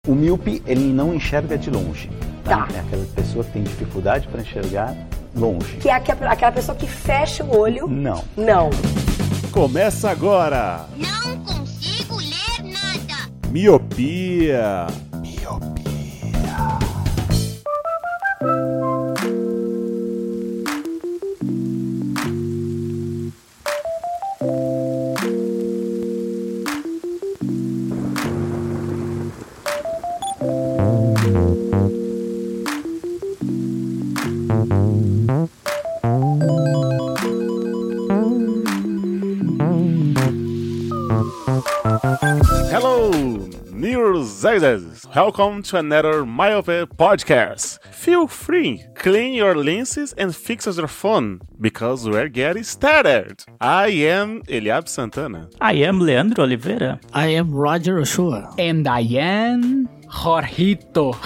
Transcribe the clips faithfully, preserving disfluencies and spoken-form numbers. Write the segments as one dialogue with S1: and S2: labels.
S1: O míope, ele não enxerga de longe.
S2: Tá.
S1: É aquela pessoa que tem dificuldade para enxergar longe.
S2: Que é aquela pessoa que fecha o olho?
S1: Não.
S2: Não.
S3: Começa agora.
S4: Não consigo ler nada.
S3: Miopia.
S1: Miopia.
S3: Hello, Neurosizers. Welcome to another Myopia podcast. Feel free, clean your lenses and fix your phone, because we're getting started. I am Eliab Santana.
S5: I am Leandro Oliveira.
S6: I am Roger Ochoa.
S7: And I am Jorgito.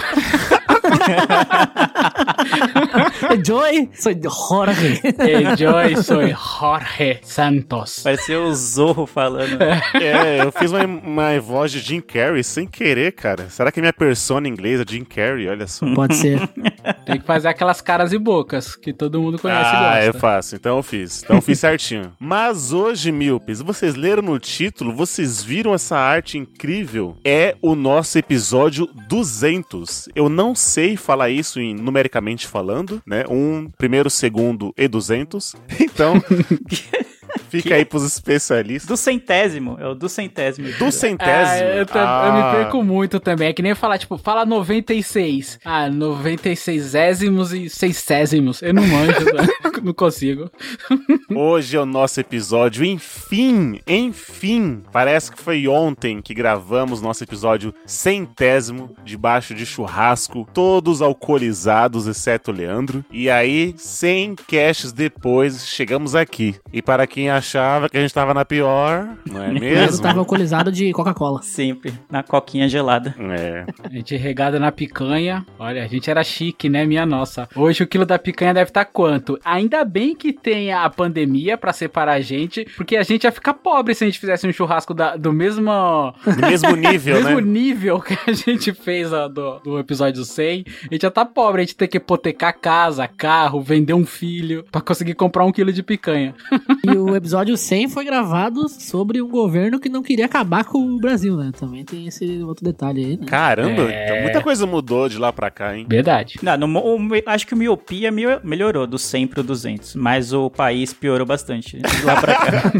S6: Joy, soy Jorge.
S7: E Joy, soy Jorge Santos.
S5: Vai ser o Zorro falando.
S3: É, eu fiz uma, uma voz de Jim Carrey sem querer, cara. Será que minha persona em inglês é Jim Carrey? Olha só.
S6: Pode ser.
S7: Tem que fazer aquelas caras e bocas que todo mundo conhece
S3: Ah,
S7: e
S3: é
S7: gosta.
S3: fácil. Então eu fiz. Então eu fiz certinho. Mas hoje, míopes, vocês leram no título, vocês viram essa arte incrível? É o nosso episódio duzentos. Eu não sei falar isso em, numericamente falando, né? Um, primeiro, segundo e duzentos. Então... Fica aí pros especialistas.
S5: Do centésimo, é o do centésimo.
S3: Do centésimo?
S7: Ah, eu, tam-
S3: Ah.
S7: eu me perco muito também. É que nem falar, tipo, fala noventa e seis. Ah, noventa e seisésimos e seiscésimos. Eu não manjo, não consigo.
S3: Hoje é o nosso episódio, enfim, enfim. Parece que foi ontem que gravamos nosso episódio centésimo, debaixo de churrasco, todos alcoolizados, exceto o Leandro. E aí, cem casts depois, chegamos aqui. E para quem achava que a gente tava na pior, não é
S6: Eu
S3: mesmo?
S6: tava alcoolizado de Coca-Cola.
S5: Sempre, na coquinha gelada.
S3: É.
S7: A gente regada na picanha. Olha, a gente era chique, né, minha nossa. Hoje o quilo da picanha deve estar quanto? Ainda bem que tem a pandemia pra separar a gente, porque a gente ia ficar pobre se a gente fizesse um churrasco da- do mesmo...
S3: Do mesmo nível,
S7: mesmo
S3: né?
S7: nível que a gente fez ó, do, do episódio cem. A gente já tá pobre, a gente tem que hipotecar casa, carro, vender um filho pra conseguir comprar um quilo de picanha.
S6: E o episódio cem foi gravado sobre um governo que não queria acabar com o Brasil, né? Também tem esse outro detalhe aí, né?
S3: Caramba,
S7: É.
S3: então muita coisa mudou de lá pra cá, hein?
S7: Verdade.
S5: Não, no mo- o me- acho que o miopia mio- melhorou do cem pro duzentos, mas o país piorou bastante de lá pra cá.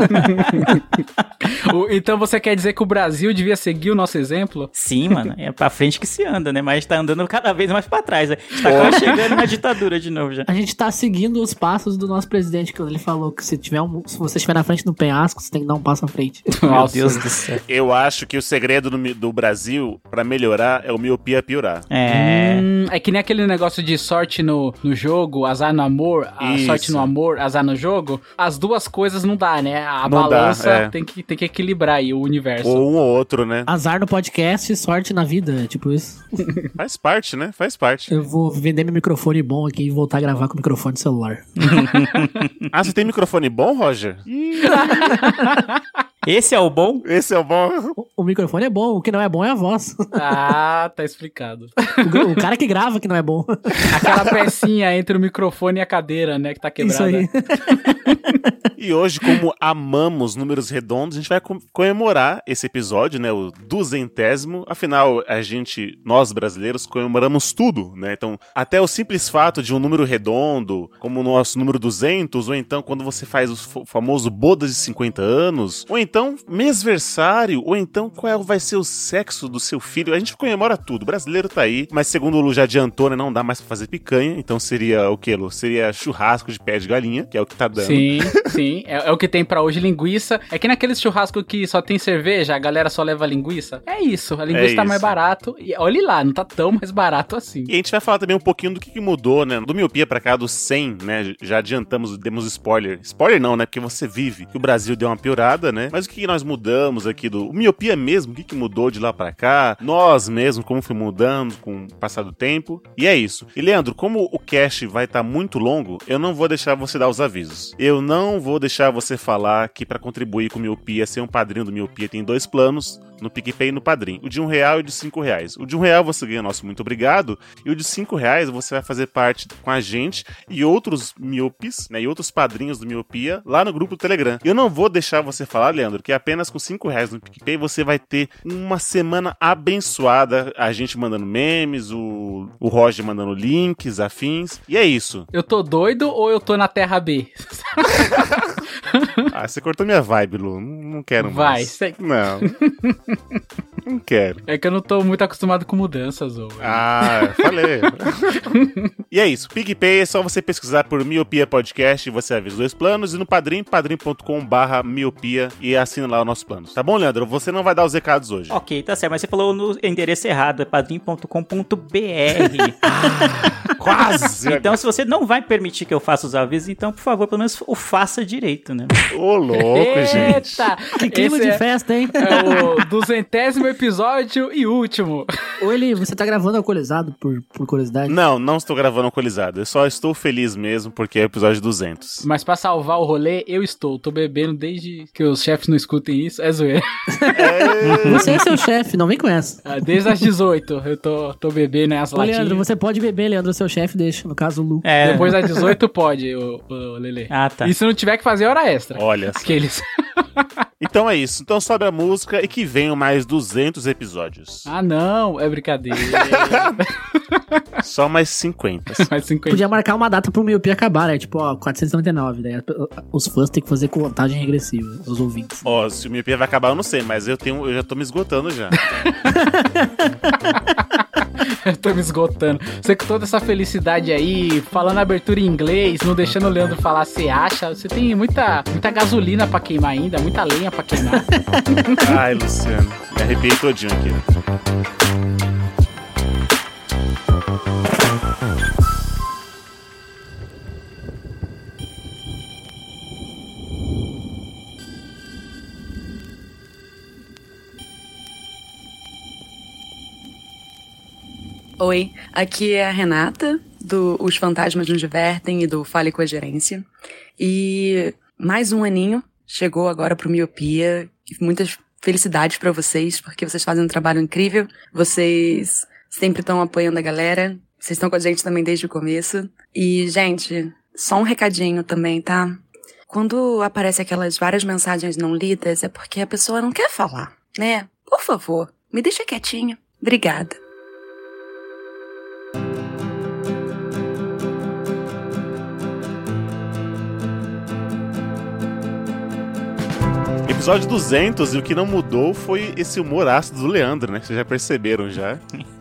S7: O- então você quer dizer que o Brasil devia seguir o nosso exemplo?
S5: Sim, mano, é pra frente que se anda, né? Mas a gente tá andando cada vez mais pra trás. Né? A gente tá quase chegando na ditadura de novo já.
S6: A gente tá seguindo os passos do nosso presidente, que ele falou que se, tiver um, se você estiver na frente do penhasco, você tem que dar um passo à frente.
S5: Meu Deus do céu.
S3: Eu acho que o segredo do, mi- do Brasil pra melhorar é o miopia piorar.
S5: É.
S7: Hum, é que nem aquele negócio de sorte no, no jogo, azar no amor, a
S3: Isso.
S7: sorte no amor, azar no jogo. As duas coisas não dá, né? A
S3: Não dá,
S7: balança
S3: é.
S7: tem, que, tem que equilibrar aí o universo.
S3: Ou um ou outro, né?
S6: Azar no podcast, sorte na vida, tipo isso.
S3: Faz parte, né? Faz parte.
S6: Eu vou vender meu microfone bom aqui e voltar a gravar com o microfone de celular.
S3: Ah, você tem microfone bom, Roger?
S5: Esse é o bom?
S3: Esse é o bom.
S6: O, o microfone é bom, o que não é bom é a voz.
S7: Ah, tá explicado.
S6: O, o cara que grava que não é bom.
S7: Aquela pecinha entre o microfone e a cadeira, né? Que tá quebrada.
S6: Isso aí.
S3: E hoje, como amamos números redondos, a gente vai com- comemorar esse episódio, né? O duzentésimo. Afinal, a gente, nós brasileiros, comemoramos tudo, né? Então, até o simples fato de um número redondo, como o nosso número duzentos, ou então quando você faz o f- famoso bodas de cinquenta anos, ou então mêsversário, ou então qual vai ser o sexo do seu filho. A gente comemora tudo. O brasileiro tá aí, mas segundo o Lu já adiantou, né? Não dá mais pra fazer picanha. Então seria o que, Lu? Seria churrasco de pé de galinha, que é o que tá dando.
S7: Sim, sim. É, é o que tem pra hoje, linguiça. É que naqueles churrasco que só tem cerveja, a galera só leva linguiça. É isso, a linguiça
S3: É
S7: tá
S3: isso.
S7: mais barato. E olhe lá, não tá tão mais barato assim.
S3: E a gente vai falar também um pouquinho do que, que mudou, né? Do miopia pra cá, do cem, né? Já adiantamos, demos spoiler. Spoiler não, né? Porque você vive que o Brasil deu uma piorada, né? Mas o que, que nós mudamos aqui do... O miopia mesmo, o que, que mudou de lá pra cá? Nós mesmo, como foi mudando com o passar do tempo. E é isso. E Leandro, como o cast vai estar muito longo, eu não vou deixar você dar os avisos. Eu não vou deixar você falar que pra contribuir com o miopia, ser um padrinho do miopia, tem dois planos. no PicPay e no Padrim. O de um real e o de cinco reais. O de um real você ganha nosso muito obrigado, e o de cinco reais você vai fazer parte com a gente e outros miopes, né, e outros padrinhos do Miopia lá no grupo do Telegram. Eu não vou deixar você falar, Leandro, que apenas com cinco reais no PicPay você vai ter uma semana abençoada, a gente mandando memes, o, o Roger mandando links, afins, e é isso.
S7: Eu tô doido ou eu tô na Terra B?
S3: Ah, você cortou minha vibe, Lu. Não, não quero
S7: Vai,
S3: mais.
S7: sei.
S3: Não. Não quero.
S7: É que eu não tô muito acostumado com mudanças, ou.
S3: Ah, falei. E é isso. PicPay é só você pesquisar por Miopia Podcast e você vai ver os dois planos. E no Padrim, padrim ponto com barra miopia e assina lá o nosso plano. Tá bom, Leandro? Você não vai dar os recados hoje.
S5: Ok, tá certo. Mas você falou no endereço errado. É padrim ponto com ponto b r.
S3: Ah, quase!
S5: Então, se você não vai permitir que eu faça os avisos, então, por favor, pelo menos o faça direito, né?
S3: Ô, louco, gente.
S7: Eita!
S6: Que clima
S7: Esse
S6: de
S7: é,
S6: festa, hein?
S7: é o duzentésimo episódio e último.
S6: Ou ele, você tá gravando alcoolizado por, por curiosidade?
S3: Não, não estou gravando alcoolizado. Eu só estou feliz mesmo porque é o episódio duzentos.
S7: Mas pra salvar o rolê, eu estou. Tô bebendo desde que os chefes não escutem isso. É zoeira.
S3: É...
S6: Você é seu chefe, não vem com essa.
S7: Ah, Desde as dezoito eu tô, tô bebendo as
S6: Ô,
S7: latinhas.
S6: Leandro, você pode beber, Leandro, seu chefe deixa. No caso, o Lu.
S5: É.
S7: Depois das dezoito pode, o, o Lelê.
S5: Ah, tá.
S7: E se não tiver que fazer hora extra.
S3: Olha só.
S7: Aqueles.
S3: Então é isso. Então sobe a música e que venham mais duzentos episódios.
S7: Ah, não. É brincadeira.
S3: Só mais cinquenta.
S7: Mais cinquenta.
S6: Podia marcar uma data pro Miopia acabar, né? Tipo, ó, quatrocentos e noventa e nove. Daí os fãs têm que fazer contagem regressiva, os ouvintes.
S3: Ó, se o Miopia vai acabar, eu não sei, mas eu tenho, eu já tô me esgotando já.
S7: Eu tô me esgotando. Você com toda essa felicidade aí, falando a abertura em inglês, não deixando o Leandro falar, você acha? Você tem muita, muita gasolina pra queimar ainda, muita lenha pra queimar.
S3: Ai, Luciano, me arrepiei todinho aqui.
S8: Oi, aqui é a Renata, do Os Fantasmas Nos Divertem e do Fale com a Gerência. E mais um aninho chegou agora pro Miopia. Muitas felicidades pra vocês, porque vocês fazem um trabalho incrível. Vocês sempre estão apoiando a galera. Vocês estão com a gente também desde o começo. E, gente, só um recadinho também, tá? Quando aparecem aquelas várias mensagens não lidas, é porque a pessoa não quer falar, né? Por favor, me deixa quietinha. Obrigada.
S3: Episódio duzentos, e o que não mudou foi esse humor ácido do Leandro, né? Vocês já perceberam já.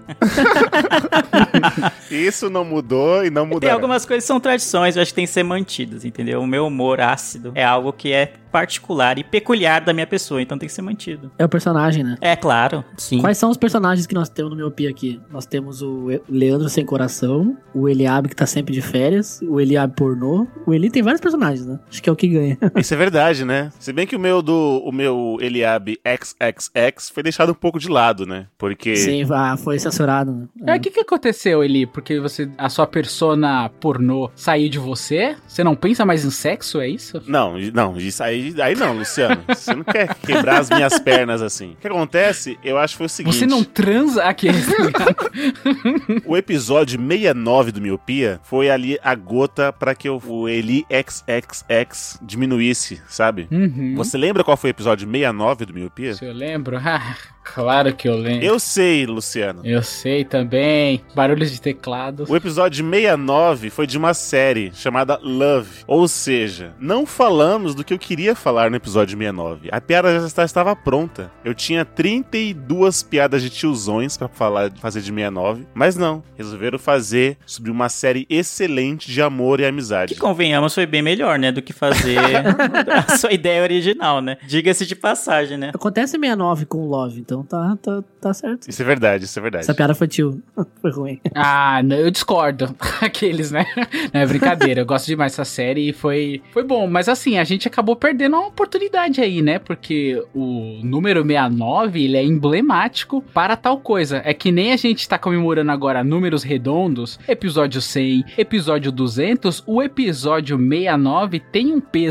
S3: Isso não mudou e não mudará.
S5: Tem algumas coisas que são tradições, eu acho que tem que ser mantidas, entendeu? O meu humor ácido é algo que é particular e peculiar da minha pessoa, então tem que ser mantido.
S6: É o personagem, né?
S5: É, claro, sim.
S6: Quais são os personagens que nós temos no Miopia aqui? Nós temos o Leandro Sem Coração, o Eliabe que tá sempre de férias, o Eliabe pornô. O Eli tem vários personagens, né? Acho que é o que ganha.
S3: Isso é verdade, né? Se bem que o meu do o meu Eliabe X X X foi deixado um pouco de lado, né? Porque...
S6: Sim, ah, foi censurado, né?
S7: É, o que que aconteceu, Eli? Porque você, a sua persona pornô saiu de você? Você não pensa mais em sexo, é isso?
S3: Não, não, isso aí, aí não, Luciano. Você não quer quebrar as minhas pernas assim. O que acontece, eu acho que foi o seguinte...
S7: Você não transa aqui.
S3: O episódio sessenta e nove do Miopia foi ali a gota pra que o, o Eli X X X diminuísse, sabe?
S7: Uhum.
S3: Você lembra qual foi o episódio sessenta e nove do Miopia?
S7: Se eu lembro? Ah, claro que eu lembro.
S3: Eu sei, Luciano.
S7: Eu sei também. Barulhos de teclado.
S3: O episódio sessenta e nove foi de uma série chamada Love. Ou seja, não falamos do que eu queria falar no episódio sessenta e nove. A piada já estava pronta. Eu tinha trinta e duas piadas de tiozões pra falar, fazer de sessenta e nove. Mas não, resolveram fazer sobre uma série excelente de amor e amizade.
S5: Que, convenhamos, foi bem melhor, né? Do que fazer a sua ideia original, né? Diga-se de passagem, né?
S6: Acontece sessenta e nove com o Love, então tá, tá, tá certo.
S3: Isso é verdade, isso é verdade.
S6: Essa piada foi tio. Foi ruim.
S7: Ah, não, eu discordo. Aqueles, né? Não, é brincadeira. Eu gosto demais dessa série e foi, foi bom. Mas assim, a gente acabou perdendo uma oportunidade aí, né? Porque o número sessenta e nove, ele é emblemático para tal coisa. É que nem a gente tá comemorando agora números redondos, episódio cem, episódio duzentos, o episódio sessenta e nove tem um peso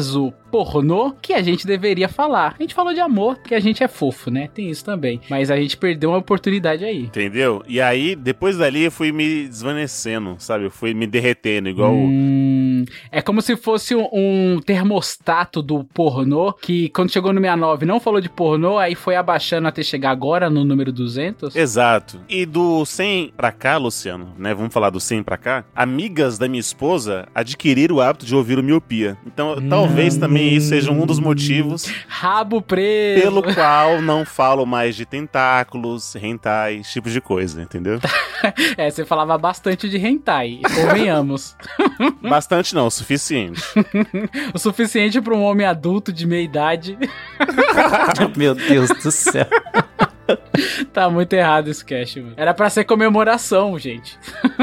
S7: pornô que a gente deveria falar. A gente falou de amor, que a gente é fofo, né? Tem isso também. Mas a gente perdeu uma oportunidade aí.
S3: Entendeu? E aí, depois dali, eu fui me desvanecendo, sabe? Eu fui me derretendo, igual...
S7: Hum, é como se fosse um, um termostato do pornô, que quando chegou no sessenta e nove não falou de pornô, aí foi abaixando até chegar agora no número duzentos.
S3: Exato. E do cem pra cá, Luciano, né? Vamos falar do cem pra cá. Amigas da minha esposa adquiriram o hábito de ouvir o Miopia. Então, hum, talvez também isso seja um dos motivos...
S7: Rabo preso!
S3: Pelo qual não falo mais de tentáculos, hentai, esse tipo de coisa, entendeu?
S7: É, você falava bastante de hentai, convenhamos.
S3: Bastante não, o suficiente.
S7: O suficiente para um homem adulto de meia idade.
S5: Meu Deus do céu.
S7: Tá muito errado esse cast, mano. Era pra ser comemoração, gente.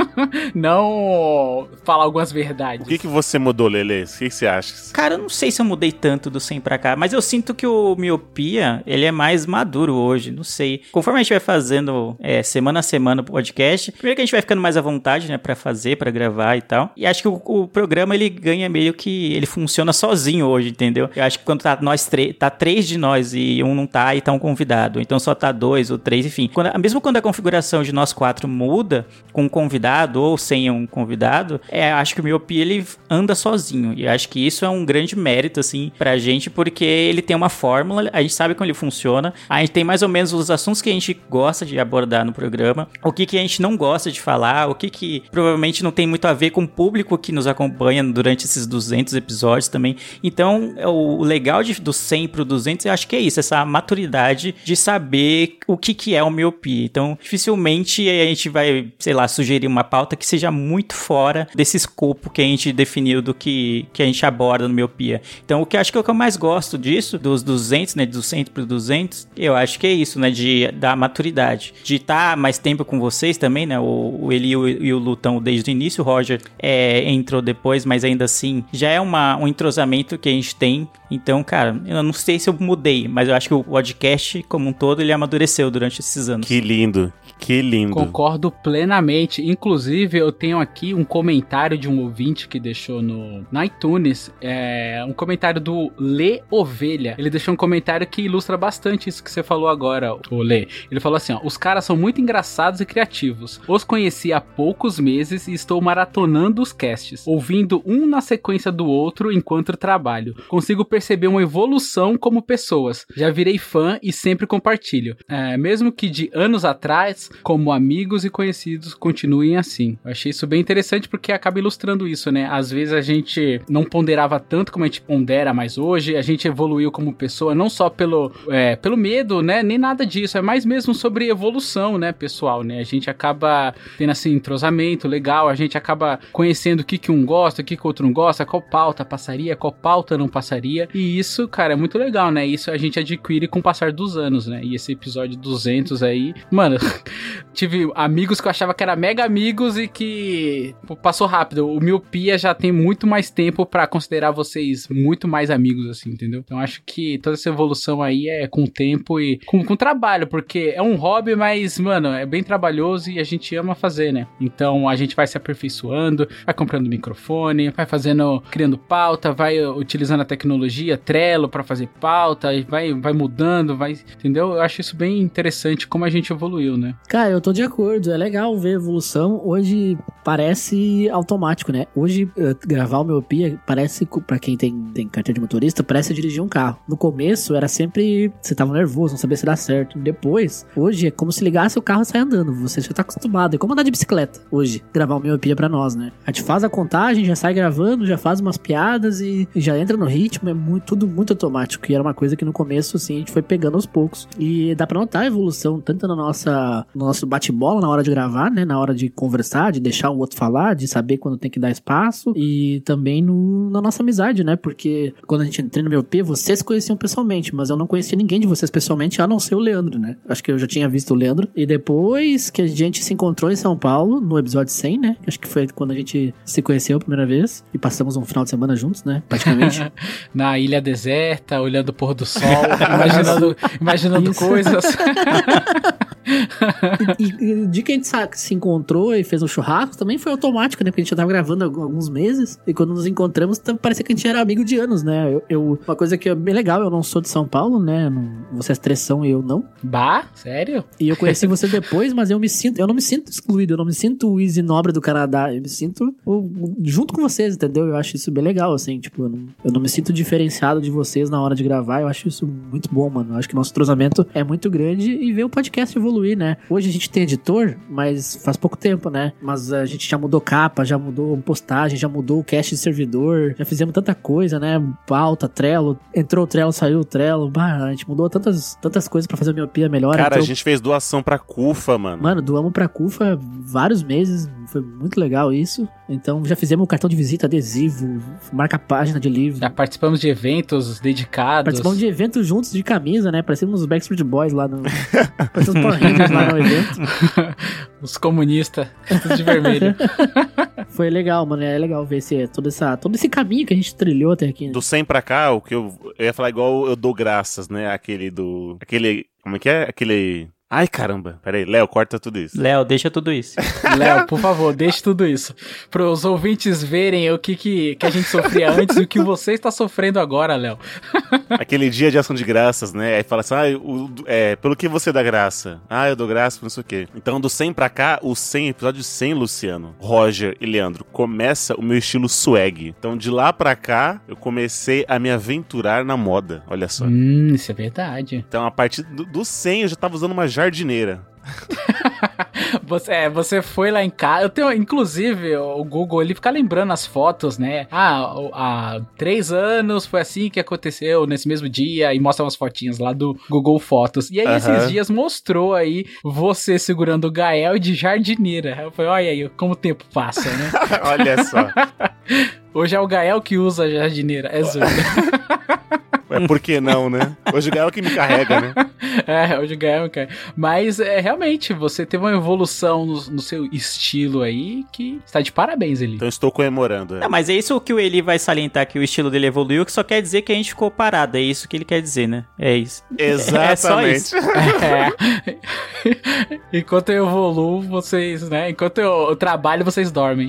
S7: Não falar algumas verdades.
S3: O que que você mudou, Lelê? O que que você acha?
S5: Cara, eu não sei se eu mudei tanto do cem pra cá, mas eu sinto que o Miopia, ele é mais maduro hoje, não sei. Conforme a gente vai fazendo é, semana a semana o podcast, primeiro que a gente vai ficando mais à vontade, né, pra fazer, pra gravar e tal. E acho que o, o programa, ele ganha meio que... Ele funciona sozinho hoje, entendeu? Eu acho que quando tá nós três, tá três de nós e um não tá e tá um convidado. Então só tá dois ou três, enfim. Quando, mesmo quando a configuração de nós quatro muda com um convidado ou sem um convidado, é, acho que o Miopia, ele anda sozinho. E acho que isso é um grande mérito, assim, pra gente, porque ele tem uma fórmula, a gente sabe como ele funciona, a gente tem mais ou menos os assuntos que a gente gosta de abordar no programa, o que que a gente não gosta de falar, o que que provavelmente não tem muito a ver com o público que nos acompanha durante esses duzentos episódios também. Então, o legal de, do cem pro duzentos, eu acho que é isso, essa maturidade de saber o que que é o Miopia. Então, dificilmente a gente vai, sei lá, sugerir uma pauta que seja muito fora desse escopo que a gente definiu do que, que a gente aborda no Miopia. Então, o que eu acho que é o que eu mais gosto disso, dos duzentos, né, do cem pro duzentos, eu acho que é isso, né, de, da maturidade. De estar mais tempo com vocês também, né, o, o Eli e o, e o Lutão desde o início, o Roger é, entrou depois, mas ainda assim, já é uma, um entrosamento que a gente tem. Então, cara, eu não sei se eu mudei, mas eu acho que o podcast, como um todo, ele amadureceu durante esses anos.
S3: Que lindo, que lindo.
S7: Concordo plenamente. Inclusive, eu tenho aqui um comentário de um ouvinte que deixou no, no iTunes, é, um comentário do Lê Ovelha. Ele deixou um comentário que ilustra bastante isso que você falou agora, o Lê. Ele falou assim, ó, os caras são muito engraçados e criativos. Os conheci há poucos meses e estou maratonando os casts, ouvindo um na sequência do outro enquanto trabalho. Consigo perceber uma evolução como pessoas. Já virei fã e sempre compartilho. É, mesmo que de anos atrás, como amigos e conhecidos continuem assim. Eu achei isso bem interessante porque acaba ilustrando isso, né? Às vezes a gente não ponderava tanto como a gente pondera mais hoje, a gente evoluiu como pessoa, não só pelo, é, pelo medo, né? Nem nada disso, é mais mesmo sobre evolução, né, pessoal, né? A gente acaba tendo assim, entrosamento legal, a gente acaba conhecendo o que que um gosta, o que que o outro não gosta, qual pauta passaria, qual pauta não passaria, e isso, cara, é muito legal, né? Isso a gente adquire com o passar dos anos, né? E esse episódio duzentos aí, mano, tive amigos que eu achava que era mega amigos e que pô, passou rápido. O Miopia já tem muito mais tempo pra considerar vocês muito mais amigos, assim, entendeu? Então acho que toda essa evolução aí é com o tempo e com, com trabalho, porque é um hobby, mas, mano, é bem trabalhoso e a gente ama fazer, né? Então a gente vai se aperfeiçoando, vai comprando microfone, vai fazendo, criando pauta, vai utilizando a tecnologia, Trello pra fazer pauta, vai, vai mudando, vai, entendeu? Eu acho isso bem interessante como a gente evoluiu, né?
S6: Cara, eu tô de acordo, é legal ver a evolução. Hoje parece automático, né? Hoje gravar o Miopia parece, pra quem tem, tem carteira de motorista, parece dirigir um carro. No começo era sempre, você tava nervoso, não sabia se dá certo. Depois, hoje é como se ligasse o carro e sai andando, você já tá acostumado. É como andar de bicicleta hoje, gravar o Miopia pra nós, né? A gente faz a contagem, já sai gravando, já faz umas piadas e já entra no ritmo, é muito, tudo muito automático. E era uma coisa que no começo, assim, a gente foi pegando aos poucos. E dá pra notar a evolução, tanto na nossa, no nosso bate-bola, na hora de gravar, né? Na hora de conversar, de deixar o outro falar, de saber quando tem que dar espaço. E também no, na nossa amizade, né? Porque quando a gente entrou no Miopia, vocês conheciam pessoalmente, mas eu não conhecia ninguém de vocês pessoalmente, a não ser o Leandro, né? Acho que eu já tinha visto o Leandro. E depois que a gente se encontrou em São Paulo, no episódio cem, né? Acho que foi quando a gente se conheceu a primeira vez. E passamos um final de semana juntos, né? Praticamente.
S7: Na ilha deserta, olhando o pôr do sol, imaginando, imaginando coisas.
S6: E, e o dia que a gente sa- se encontrou e fez um churrasco, também foi automático, né? Porque a gente já tava gravando há alguns meses. E quando nos encontramos, tá- parecia que a gente era amigo de anos, né? Eu, eu- uma coisa que é bem legal, eu não sou de São Paulo, né? Eu não- vocês três são e eu não.
S7: Bah, sério?
S6: E eu conheci vocês depois, mas eu me sinto, eu não me sinto excluído, eu não me sinto o Easy Nobre do Canadá, eu me sinto o- o- junto com vocês, entendeu? Eu acho isso bem legal, assim, tipo, eu não, eu não me sinto diferenciado de vocês na hora de gravar, eu acho isso muito bom, mano. Eu acho que nosso entrosamento é muito grande e ver o podcast evoluir, né? Hoje a gente tem editor, mas faz pouco tempo, né? Mas a gente já mudou capa, já mudou postagem, já mudou o cast de servidor, já fizemos tanta coisa, né? Pauta, Trello, entrou o Trello, saiu o Trello, bah, a gente mudou tantas, tantas coisas pra fazer a miopia melhor.
S3: Cara,
S6: então...
S3: a gente fez doação pra Cufa, mano.
S6: Mano, doamos pra Cufa vários meses, foi muito legal isso. Então já fizemos o cartão de visita, adesivo, marca-página de livro.
S7: Já participamos de eventos dedicados.
S6: Participamos de eventos juntos de camisa, né? Parecemos os Backstreet Boys lá no... Parecemos os Power Rangers lá no evento.
S7: Os comunistas, tudo de vermelho.
S6: Foi legal, mano. É legal ver esse, todo, essa, todo esse caminho que a gente trilhou até aqui. Né?
S3: Do cem pra cá, o que eu, eu ia falar igual eu dou graças, né? Aquele do... Aquele... Como é que é? Aquele... Ai, caramba. Peraí, Léo, corta tudo isso.
S5: Léo, deixa tudo isso.
S7: Léo, por favor, deixe tudo isso. Para os ouvintes verem o que, que, que a gente sofria antes e o que você está sofrendo agora, Léo.
S3: Aquele dia de ação de graças, né? Aí fala assim, ah, o, é, pelo que você dá graça? Ah, eu dou graça por não sei o quê. Então, do cem pra cá, o cem, episódio cem, Luciano, Roger e Leandro, começa o meu estilo swag. Então, de lá pra cá, eu comecei a me aventurar na moda. Olha só.
S7: Hum, isso é verdade.
S3: Então, a partir do, do cem, eu já tava usando uma jardineira.
S7: Você, é, você foi lá em casa. Eu tenho, inclusive, o Google ele fica lembrando as fotos, né? Ah, há três anos foi assim que aconteceu nesse mesmo dia. E mostra umas fotinhas lá do Google Fotos. E aí,
S3: Uhum.
S7: esses dias mostrou aí você segurando o Gael de jardineira. Eu falei, olha aí, como o tempo passa, né?
S3: Olha só.
S7: Hoje é o Gael que usa a jardineira. É zoeira.
S3: É, por que não, né? Hoje o Gael que me carrega, né?
S7: É, hoje o Gael me carrega. Mas, é, realmente, você teve uma evolução no, no seu estilo aí que está de parabéns, Eli.
S3: Então estou comemorando. É.
S5: Não, mas é isso que o Eli vai salientar, que o estilo dele evoluiu, que só quer dizer que a gente ficou parado. É isso que ele quer dizer, né? É isso.
S3: Exatamente.
S5: É só isso.
S7: É. Enquanto eu evoluo, vocês, né? Enquanto eu, eu trabalho, vocês dormem.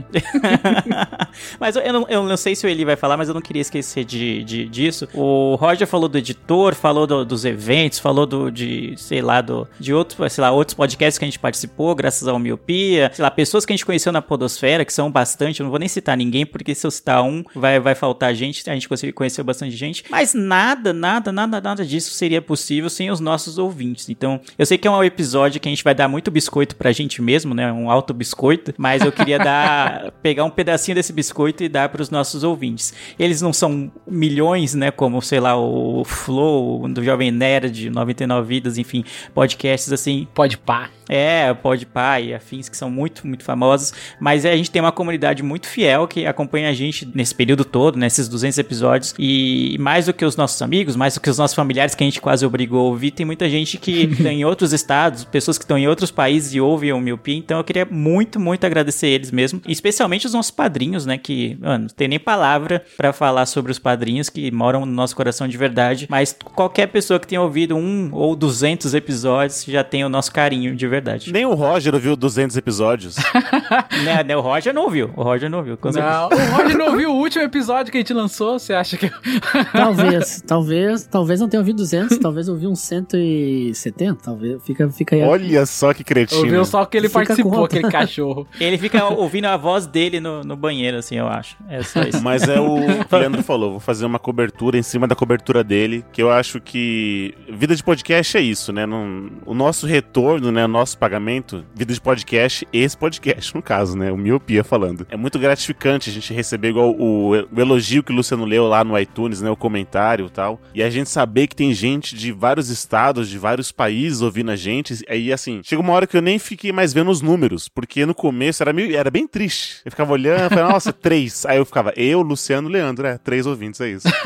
S5: Mas eu, eu, não, eu não sei se o Eli vai falar, mas eu não queria esquecer de, de, disso. O Roger falou do editor, falou do, dos eventos, falou do, de, sei lá, do, de outros, sei lá, outros podcasts que a gente participou, graças ao Miopia, sei lá, pessoas que a gente conheceu na podosfera, que são bastante, eu não vou nem citar ninguém, porque se eu citar um, vai, vai faltar gente, a gente conheceu bastante gente, mas nada, nada, nada, nada disso seria possível sem os nossos ouvintes. Então, eu sei que é um episódio que a gente vai dar muito biscoito pra gente mesmo, né, um alto biscoito, mas eu queria dar, pegar um pedacinho desse biscoito e dar pros nossos ouvintes. Eles não são milhões, né, como, sei lá, o Flow, do Jovem Nerd, noventa e nove Vidas, enfim, podcasts assim.
S7: Pode pá.
S5: É, Podpah e afins que são muito, muito famosos, mas a gente tem uma comunidade muito fiel que acompanha a gente nesse período todo, nesses duzentos episódios, e mais do que os nossos amigos, mais do que os nossos familiares que a gente quase obrigou a ouvir, tem muita gente que está em outros estados, pessoas que estão em outros países e ouvem o Miopia, então eu queria muito, muito agradecer eles mesmo, e especialmente os nossos padrinhos, né, que, mano, não tem nem palavra pra falar sobre os padrinhos que moram no nosso coração de verdade, mas qualquer pessoa que tenha ouvido um ou duzentos episódios já tem o nosso carinho de verdade. Verdade.
S3: Nem o Roger ouviu duzentos episódios.
S5: né, né, o Roger não ouviu. O Roger não ouviu. Com
S7: não, o Roger não ouviu o último episódio que a gente lançou. Você acha que...
S6: Talvez, talvez, talvez não tenha ouvido duzentos, talvez ouviu uns cento e setenta, talvez. Fica, fica aí.
S3: Olha só que cretino.
S7: Ouviu só que ele
S6: Fica
S7: participou, aquele cachorro.
S5: Ele fica ouvindo a voz dele no, no banheiro, assim, eu acho. É só isso.
S3: Mas é o que o Leandro falou. Vou fazer uma cobertura em cima da cobertura dele, que eu acho que vida de podcast é isso, né? Não, o nosso retorno, né? O nosso pagamento, vida de podcast, esse podcast, no caso, né? O Miopia falando. É muito gratificante a gente receber igual o, o elogio que o Luciano leu lá no iTunes, né? O comentário e tal. E a gente saber que tem gente de vários estados, de vários países ouvindo a gente. Aí, assim, chega uma hora que eu nem fiquei mais vendo os números, porque no começo era, meio, era bem triste. Eu ficava olhando, falei, nossa, três. Aí eu ficava, eu, Luciano, Leandro, é, três ouvintes, é isso.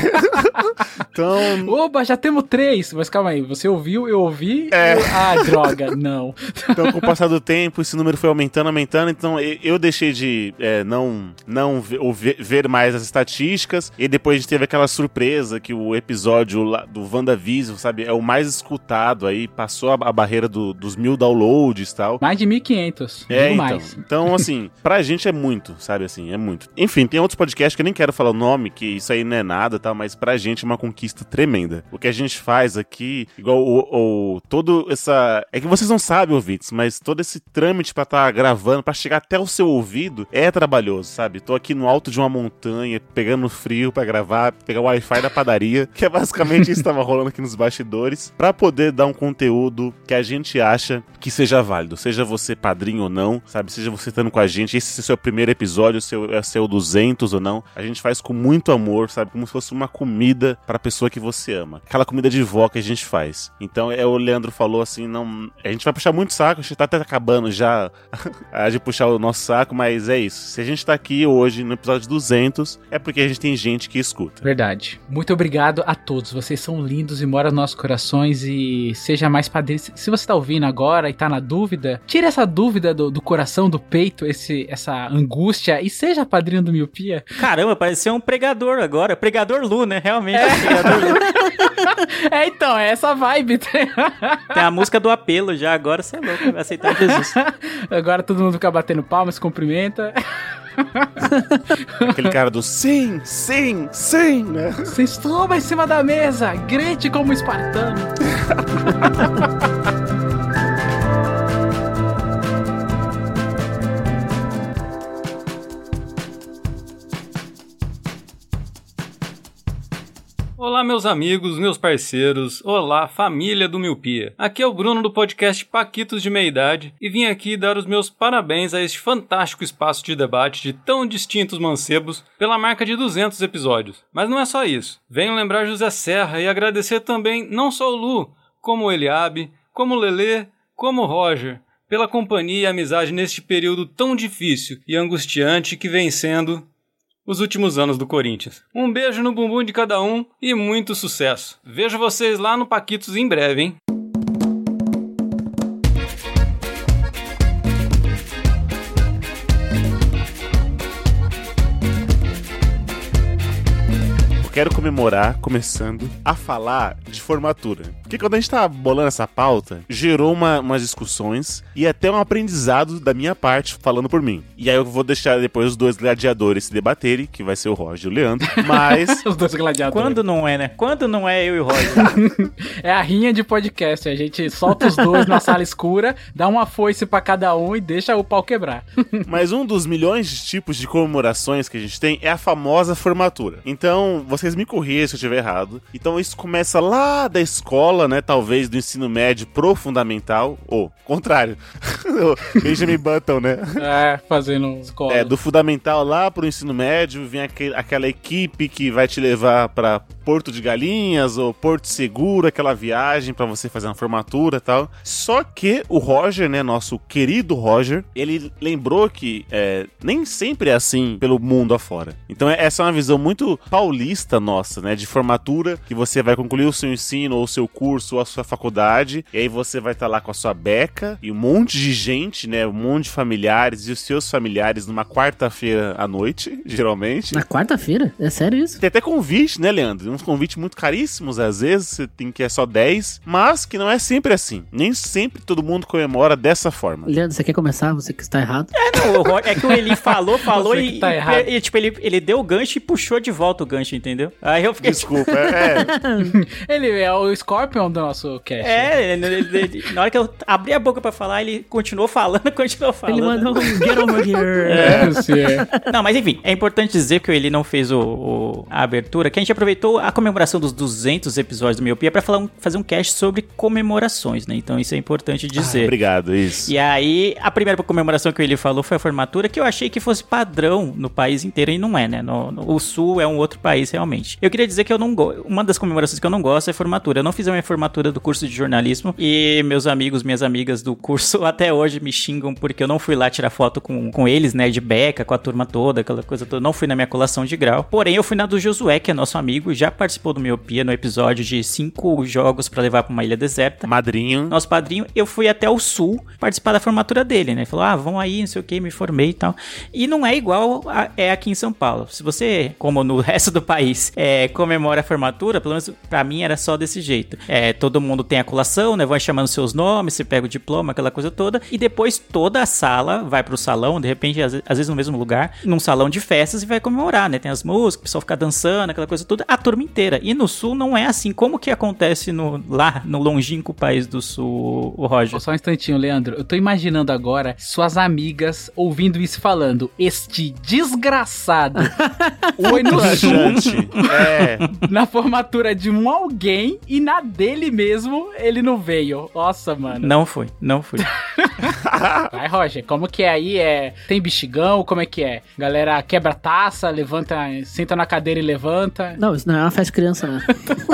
S3: Então...
S7: Oba, já temos três. Mas calma aí, você ouviu, eu ouvi.
S3: É.
S7: Eu... Ah, droga. droga, não.
S3: Então, com o passar do tempo, esse número foi aumentando, aumentando. Então, eu deixei de é, não, não ver, ver mais as estatísticas. E depois a gente teve aquela surpresa que o episódio lá do WandaVision, sabe, é o mais escutado aí. Passou a, a barreira do, dos mil downloads e tal.
S7: Mais de mil e quinhentos.
S3: É, então.
S7: Mais.
S3: Então, assim, pra gente é muito, sabe, assim, é muito. Enfim, tem outros podcasts que eu nem quero falar o nome, que isso aí não é nada, tal, mas pra gente é uma conquista tremenda. O que a gente faz aqui, igual o, o todo essa... É que vocês não sabem, ouvintes, mas todo esse trâmite pra estar tá gravando, pra chegar até o seu ouvido, é trabalhoso, sabe? Tô aqui no alto de uma montanha, pegando frio pra gravar, pegar o Wi-Fi da padaria, que é basicamente isso que tava rolando aqui nos bastidores, pra poder dar um conteúdo que a gente acha que seja válido. Seja você padrinho ou não, sabe? Seja você estando com a gente, esse é o seu primeiro episódio, seu, é seu duzentos ou não, a gente faz com muito amor, sabe? Como se fosse uma comida pra pessoa que você ama. Aquela comida de vó que a gente faz. Então, é o Leandro falou assim, não... A gente vai puxar muito saco, a gente tá até acabando já de puxar o nosso saco, mas é isso. Se a gente tá aqui hoje no episódio duzentos, é porque a gente tem gente que escuta.
S7: Verdade. Muito obrigado a todos. Vocês são lindos e moram nos nossos corações e seja mais padrinho. Se você tá ouvindo agora e tá na dúvida, tira essa dúvida do, do coração, do peito, esse, essa angústia e seja padrinho do Miopia.
S5: Caramba, pareceu um pregador agora. Pregador Lu, né? Realmente. É, pregador Lu.
S7: É, então, é essa vibe.
S5: Tem a música do apelo já, agora você é louco, vai aceitar Jesus.
S7: Agora todo mundo fica batendo palmas, cumprimenta.
S3: Aquele cara do sim, sim, sim, né?
S7: Você estoma em cima da mesa, grite como um espartano.
S9: Olá, meus amigos, meus parceiros, olá, família do Miopia. Aqui é o Bruno do podcast Paquitos de Meia Idade e vim aqui dar os meus parabéns a este fantástico espaço de debate de tão distintos mancebos pela marca de duzentos episódios. Mas não é só isso. Venho lembrar José Serra e agradecer também não só o Lu, como o Eliabe, como o Lelê, como o Roger, pela companhia e amizade neste período tão difícil e angustiante que vem sendo... os últimos anos do Corinthians. Um beijo no bumbum de cada um e muito sucesso. Vejo vocês lá no Paquitos em breve, hein?
S3: Quero comemorar começando a falar de formatura. Porque quando a gente tava bolando essa pauta, gerou uma, umas discussões e até um aprendizado da minha parte, falando por mim. E aí eu vou deixar depois os dois gladiadores se debaterem, que vai ser o Roger e o Leandro, mas...
S7: Os dois gladiadores.
S5: Quando não é, né? Quando não é eu e o Roger?
S7: É a rinha de podcast, a gente solta os dois na sala escura, dá uma foice pra cada um e deixa o pau quebrar.
S3: Mas um dos milhões de tipos de comemorações que a gente tem é a famosa formatura. Então, você Vocês me corrijam se eu estiver errado. Então isso começa lá da escola, né? Talvez do ensino médio pro fundamental. Ou, contrário. Benjamin Button, né?
S7: É, fazendo escola.
S3: É, do fundamental lá pro ensino médio, vem aquele, aquela equipe que vai te levar pra Porto de Galinhas ou Porto Seguro, aquela viagem pra você fazer uma formatura e tal. Só que o Roger, né? Nosso querido Roger, ele lembrou que é, nem sempre é assim pelo mundo afora. Então essa é uma visão muito paulista nossa, né, de formatura, que você vai concluir o seu ensino, ou o seu curso, ou a sua faculdade, e aí você vai estar tá lá com a sua beca, e um monte de gente, né, um monte de familiares, e os seus familiares numa quarta-feira à noite, geralmente.
S6: Na quarta-feira? É sério isso?
S3: Tem até convite, né, Leandro? Uns convites muito caríssimos, às vezes, você tem que é só dez, mas que não é sempre assim. Nem sempre todo mundo comemora dessa forma.
S6: Leandro, você quer começar? Você que está errado.
S5: É, não, é que o Eli falou, falou
S7: e, tá
S5: e, e, tipo, ele, ele deu o gancho e puxou de volta o gancho, entendeu? Aí eu fiquei...
S3: Desculpa, é.
S7: Ele é o Scorpion do nosso cast.
S5: É, ele, ele, ele, na hora que eu abri a boca pra falar, ele continuou falando, continuou falando.
S6: Ele mandou um get over here.
S7: É, é.
S5: Não, mas enfim, é importante dizer que ele não fez o, o, a abertura, que a gente aproveitou a comemoração dos duzentos episódios do Miopia pra falar um, fazer um cast sobre comemorações, né? Então isso é importante dizer.
S3: Ah, obrigado, isso.
S5: E aí, a primeira comemoração que ele falou foi a formatura, que eu achei que fosse padrão no país inteiro, e não é, né? No, no, o Sul é um outro país, realmente. realmente. Eu queria dizer que eu não gosto, uma das comemorações que eu não gosto é formatura. Eu não fiz a minha formatura do curso de jornalismo e meus amigos, minhas amigas do curso até hoje me xingam porque eu não fui lá tirar foto com, com eles, né, de beca, com a turma toda, aquela coisa toda. Não fui na minha colação de grau. Porém, eu fui na do Josué, que é nosso amigo, já participou do Miopia no episódio de cinco jogos pra levar pra uma ilha deserta.
S3: Madrinho.
S5: Nosso padrinho. Eu fui até o sul participar da formatura dele, né? Falou, ah, vão aí, não sei o que, me formei e tal. E não é igual a, é aqui em São Paulo. Se você, como no resto do país, é, comemora a formatura, pelo menos pra mim era só desse jeito. É, todo mundo tem a colação, né? Vai chamando seus nomes, você pega o diploma, aquela coisa toda. E depois toda a sala vai pro salão, de repente, às, às vezes no mesmo lugar, num salão de festas e vai comemorar, né? Tem as músicas, o pessoal fica dançando, aquela coisa toda, a turma inteira. E no sul não é assim. Como que acontece no, lá no longínquo país do sul, o Roger?
S7: Só um instantinho, Leandro. Eu tô imaginando agora suas amigas ouvindo isso falando, este desgraçado foi no sul,
S3: é.
S7: na formatura de um alguém e na dele mesmo ele não veio. Nossa, mano.
S5: Não foi, não foi.
S7: Vai, Roger, como que é aí? É, tem bexigão? Como é que é? Galera quebra taça, levanta, senta na cadeira e levanta.
S6: Não, isso não é uma festa de criança, né?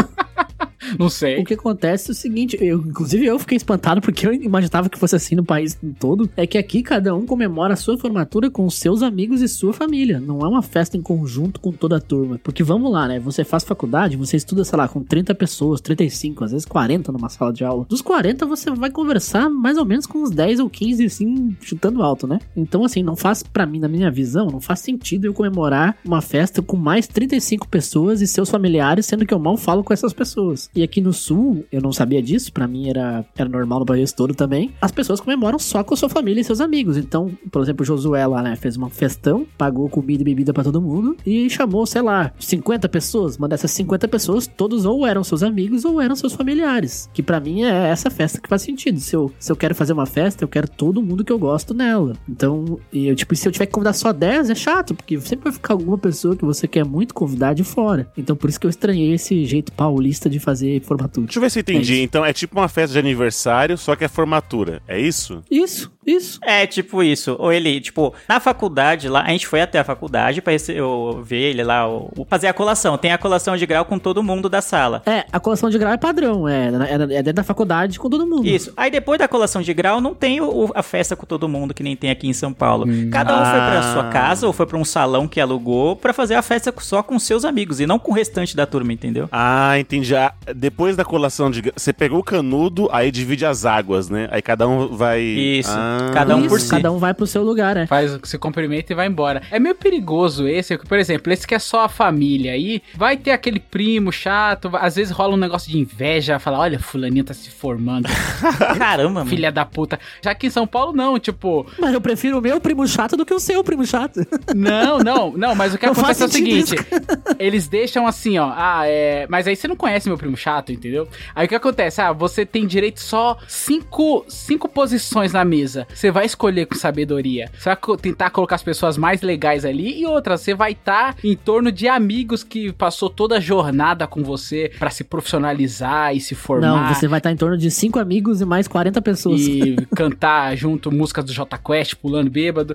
S7: Não sei.
S6: O que acontece é o seguinte, eu, inclusive eu fiquei espantado porque eu imaginava que fosse assim no país todo, é que aqui cada um comemora a sua formatura com seus amigos e sua família, não é uma festa em conjunto com toda a turma, porque vamos lá, né, você faz faculdade, você estuda, sei lá, com trinta pessoas, trinta e cinco, às vezes quarenta numa sala de aula, dos quarenta você vai conversar mais ou menos com uns dez ou quinze, assim, chutando alto, né, então assim, não faz, pra mim, na minha visão, não faz sentido eu comemorar uma festa com mais trinta e cinco pessoas e seus familiares, sendo que eu mal falo com essas pessoas. E aqui no sul, eu não sabia disso, pra mim era, era normal no país todo também, as pessoas comemoram só com a sua família e seus amigos. Então, por exemplo, o Josué lá, né, fez uma festão, pagou comida e bebida pra todo mundo e chamou, sei lá, cinquenta pessoas, mas dessas cinquenta pessoas, todos ou eram seus amigos ou eram seus familiares, que pra mim é essa festa que faz sentido. Se eu, se eu quero fazer uma festa, eu quero todo mundo que eu gosto nela. Então, eu, tipo, se eu tiver que convidar só dez, é chato, porque sempre vai ficar alguma pessoa que você quer muito convidar de fora. Então, por isso que eu estranhei esse jeito paulista de fazer formatura.
S3: Deixa eu ver se eu entendi.
S6: É
S3: então é tipo uma festa de aniversário, só que é formatura. É isso?
S6: Isso, isso.
S5: É, tipo isso. Ou ele, tipo, na faculdade lá, a gente foi até a faculdade pra esse, eu ver ele lá, o, fazer a colação. Tem a colação de grau com todo mundo da sala.
S6: É, a colação de grau é padrão, é, é, é dentro da faculdade com todo mundo.
S5: Isso. Aí depois da colação de grau, não tem o, a festa com todo mundo, que nem tem aqui em São Paulo. Hum. Cada um ah. foi pra sua casa ou foi pra um salão que alugou pra fazer a festa só com seus amigos e não com o restante da turma, entendeu?
S3: Ah, entendi. Ah, depois da colação de... Você pegou o canudo, aí divide as águas, né? Aí cada um vai...
S5: Isso.
S3: Ah.
S5: Cada um
S6: Isso,
S5: por si.
S6: Cada um vai pro seu lugar, né?
S7: Faz, se cumprimenta e vai embora. É meio perigoso esse, por exemplo, esse que é só a família aí, vai ter aquele primo chato, às vezes rola um negócio de inveja, fala, olha, fulaninha tá se formando.
S5: Caramba, mano.
S7: Filha da puta. Já que em São Paulo, não, tipo...
S6: Mas eu prefiro o meu primo chato do que o seu primo chato.
S7: Não, não, não, mas o que
S6: não
S7: acontece é o seguinte,
S6: isso.
S7: eles deixam assim, ó, ah, é... Mas aí você não conhece meu primo chato, entendeu? Aí o que acontece? Ah, você tem direito só cinco, cinco posições na mesa. Você vai escolher com sabedoria. Você vai tentar colocar as pessoas mais legais ali e outra, você vai estar tá em torno de amigos que passou toda a jornada com você pra se profissionalizar e se formar.
S6: Não, você vai estar tá em torno de cinco amigos e mais quarenta pessoas.
S7: E cantar junto músicas do Jota Quest, pulando bêbado.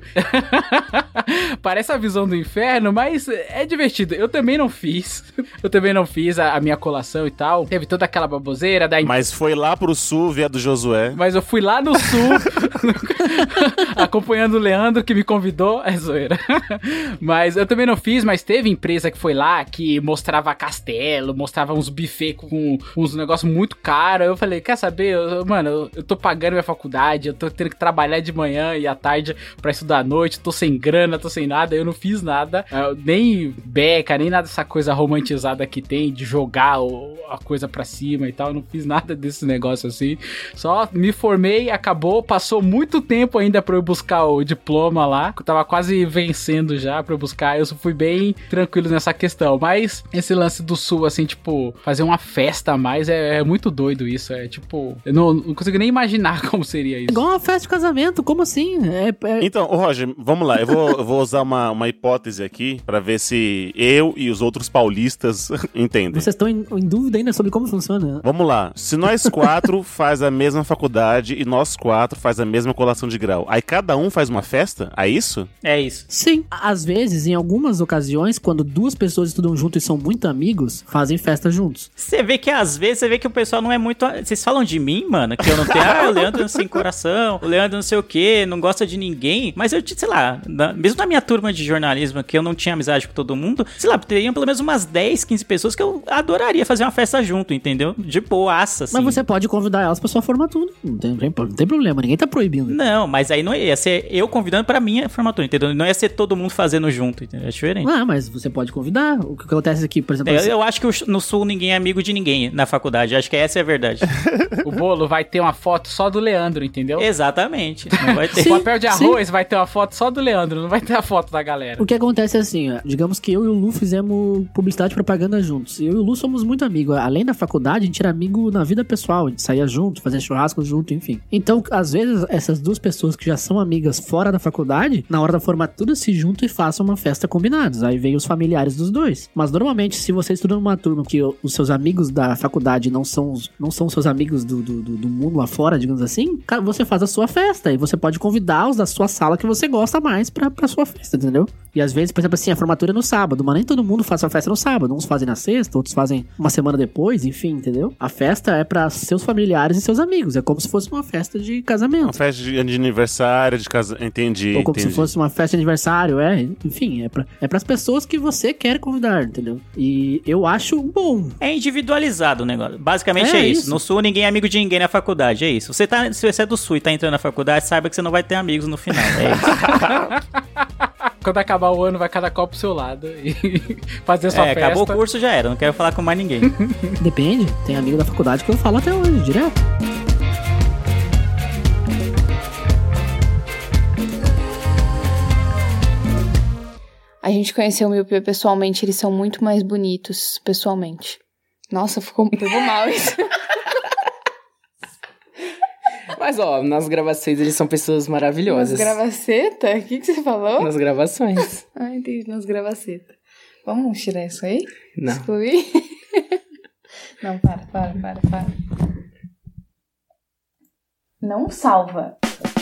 S7: Parece a visão do inferno, mas é divertido. Eu também não fiz. Eu também não fiz a, a minha colação e tal. Teve toda aquela baboseira. Da...
S3: Mas foi lá pro sul, via do Josué.
S7: Mas eu fui lá no sul, acompanhando o Leandro, que me convidou. É zoeira. Mas eu também não fiz, mas teve empresa que foi lá, que mostrava castelo, mostrava uns buffet com uns negócios muito caros. Eu falei, quer saber? Eu, mano, eu, eu tô pagando minha faculdade, eu tô tendo que trabalhar de manhã e à tarde pra estudar à noite, tô sem grana, tô sem nada, eu não fiz nada. Eu, nem beca, nem nada dessa coisa romantizada que tem, de jogar o, a coisa pra cima e tal. Eu não fiz nada desse negócio assim. Só me formei, acabou, passou muito tempo ainda pra eu buscar o diploma lá. Eu tava quase vencendo já pra eu buscar. Eu fui bem tranquilo nessa questão. Mas esse lance do sul, assim, tipo, fazer uma festa a mais é, é muito doido isso. É tipo, eu não, não consigo nem imaginar como seria isso.
S6: É igual uma festa de casamento, como assim? É, é...
S3: Então, ô Roger, vamos lá. Eu vou, eu vou usar uma, uma hipótese aqui pra ver se eu e os outros paulistas entendem.
S6: Vocês estão em, em dúvida ainda sobre como funciona?
S3: Vamos lá. Se nós quatro faz a mesma faculdade e nós quatro faz a mesma uma colação de grau. Aí cada um faz uma festa? É isso?
S5: É isso.
S6: Sim. Às vezes, em algumas ocasiões, quando duas pessoas estudam junto e são muito amigos, fazem festa juntos.
S5: Você vê que às vezes, você vê que o pessoal não é muito... Vocês falam de mim, mano, que eu não tenho... Ah, o Leandro sem coração, o Leandro não sei o quê, não gosta de ninguém. Mas eu, sei lá, na, mesmo na minha turma de jornalismo, que eu não tinha amizade com todo mundo, sei lá, teriam pelo menos umas dez, quinze pessoas que eu adoraria fazer uma festa junto, entendeu? De boaça, assim.
S6: Mas você pode convidar elas pra sua formatura. Não tem, não tem problema, ninguém tá proibindo.
S5: Não, mas aí não ia ser eu convidando pra minha formatura, entendeu? Não ia ser todo mundo fazendo junto, entendeu? É diferente.
S6: Ah, mas você pode convidar. O que acontece aqui, por exemplo...
S5: Eu,
S6: assim...
S5: eu acho que no Sul ninguém é amigo de ninguém na faculdade. Acho que essa é a verdade.
S7: O bolo vai ter uma foto só do Leandro, entendeu?
S5: Exatamente. Não vai ter.
S7: Sim, o papel de arroz sim. vai ter uma foto só do Leandro, não vai ter a foto da galera.
S6: O que acontece é assim, ó, digamos que eu e o Lu fizemos publicidade e propaganda juntos. Eu e o Lu somos muito amigos. Além da faculdade, a gente era amigo na vida pessoal. A gente saía junto, fazia churrasco junto, enfim. Então, às vezes, essas duas pessoas que já são amigas fora da faculdade, na hora da formatura se juntam e façam uma festa combinados. Aí vem os familiares dos dois. Mas normalmente, se você estuda numa turma que os seus amigos da faculdade não são, não são seus amigos do, do, do mundo lá fora, digamos assim, você faz a sua festa e você pode convidar os da sua sala que você gosta mais pra, pra sua festa, entendeu? E às vezes, por exemplo assim, a formatura é no sábado, mas nem todo mundo faz a festa no sábado. Uns fazem na sexta, outros fazem uma semana depois, enfim, entendeu? A festa é pra seus familiares e seus amigos. É como se fosse uma festa de casamento.
S3: Uma festa de, de aniversário, de casamento. Entendi.
S6: Ou como
S3: entendi.
S6: se fosse uma festa de aniversário, é. Enfim, é, pra, é pras pessoas que você quer convidar, entendeu? E eu acho bom.
S5: É individualizado o negócio. Basicamente é, é isso. isso. No Sul, ninguém é amigo de ninguém na faculdade. É isso. Você tá, se você é do Sul e tá entrando na faculdade, saiba que você não vai ter amigos no final. É isso.
S7: Quando acabar o ano, vai cada qual pro seu lado e fazer sua
S5: é,
S7: festa.
S5: Acabou o curso, já era. Não quero falar com mais ninguém.
S6: Depende. Tem amigo da faculdade que eu falo até hoje, direto.
S10: A gente conheceu o Miopia pessoalmente, eles são muito mais bonitos pessoalmente. Nossa, ficou muito mal isso.
S11: Mas, ó, nas gravações eles são pessoas maravilhosas.
S10: Nas gravacetas? O que, que você falou?
S11: Nas gravações.
S10: Ah, entendi, nas gravacetas. Vamos tirar isso aí?
S11: Não.
S10: Excluir? Não, para, para, para, para. Não salva.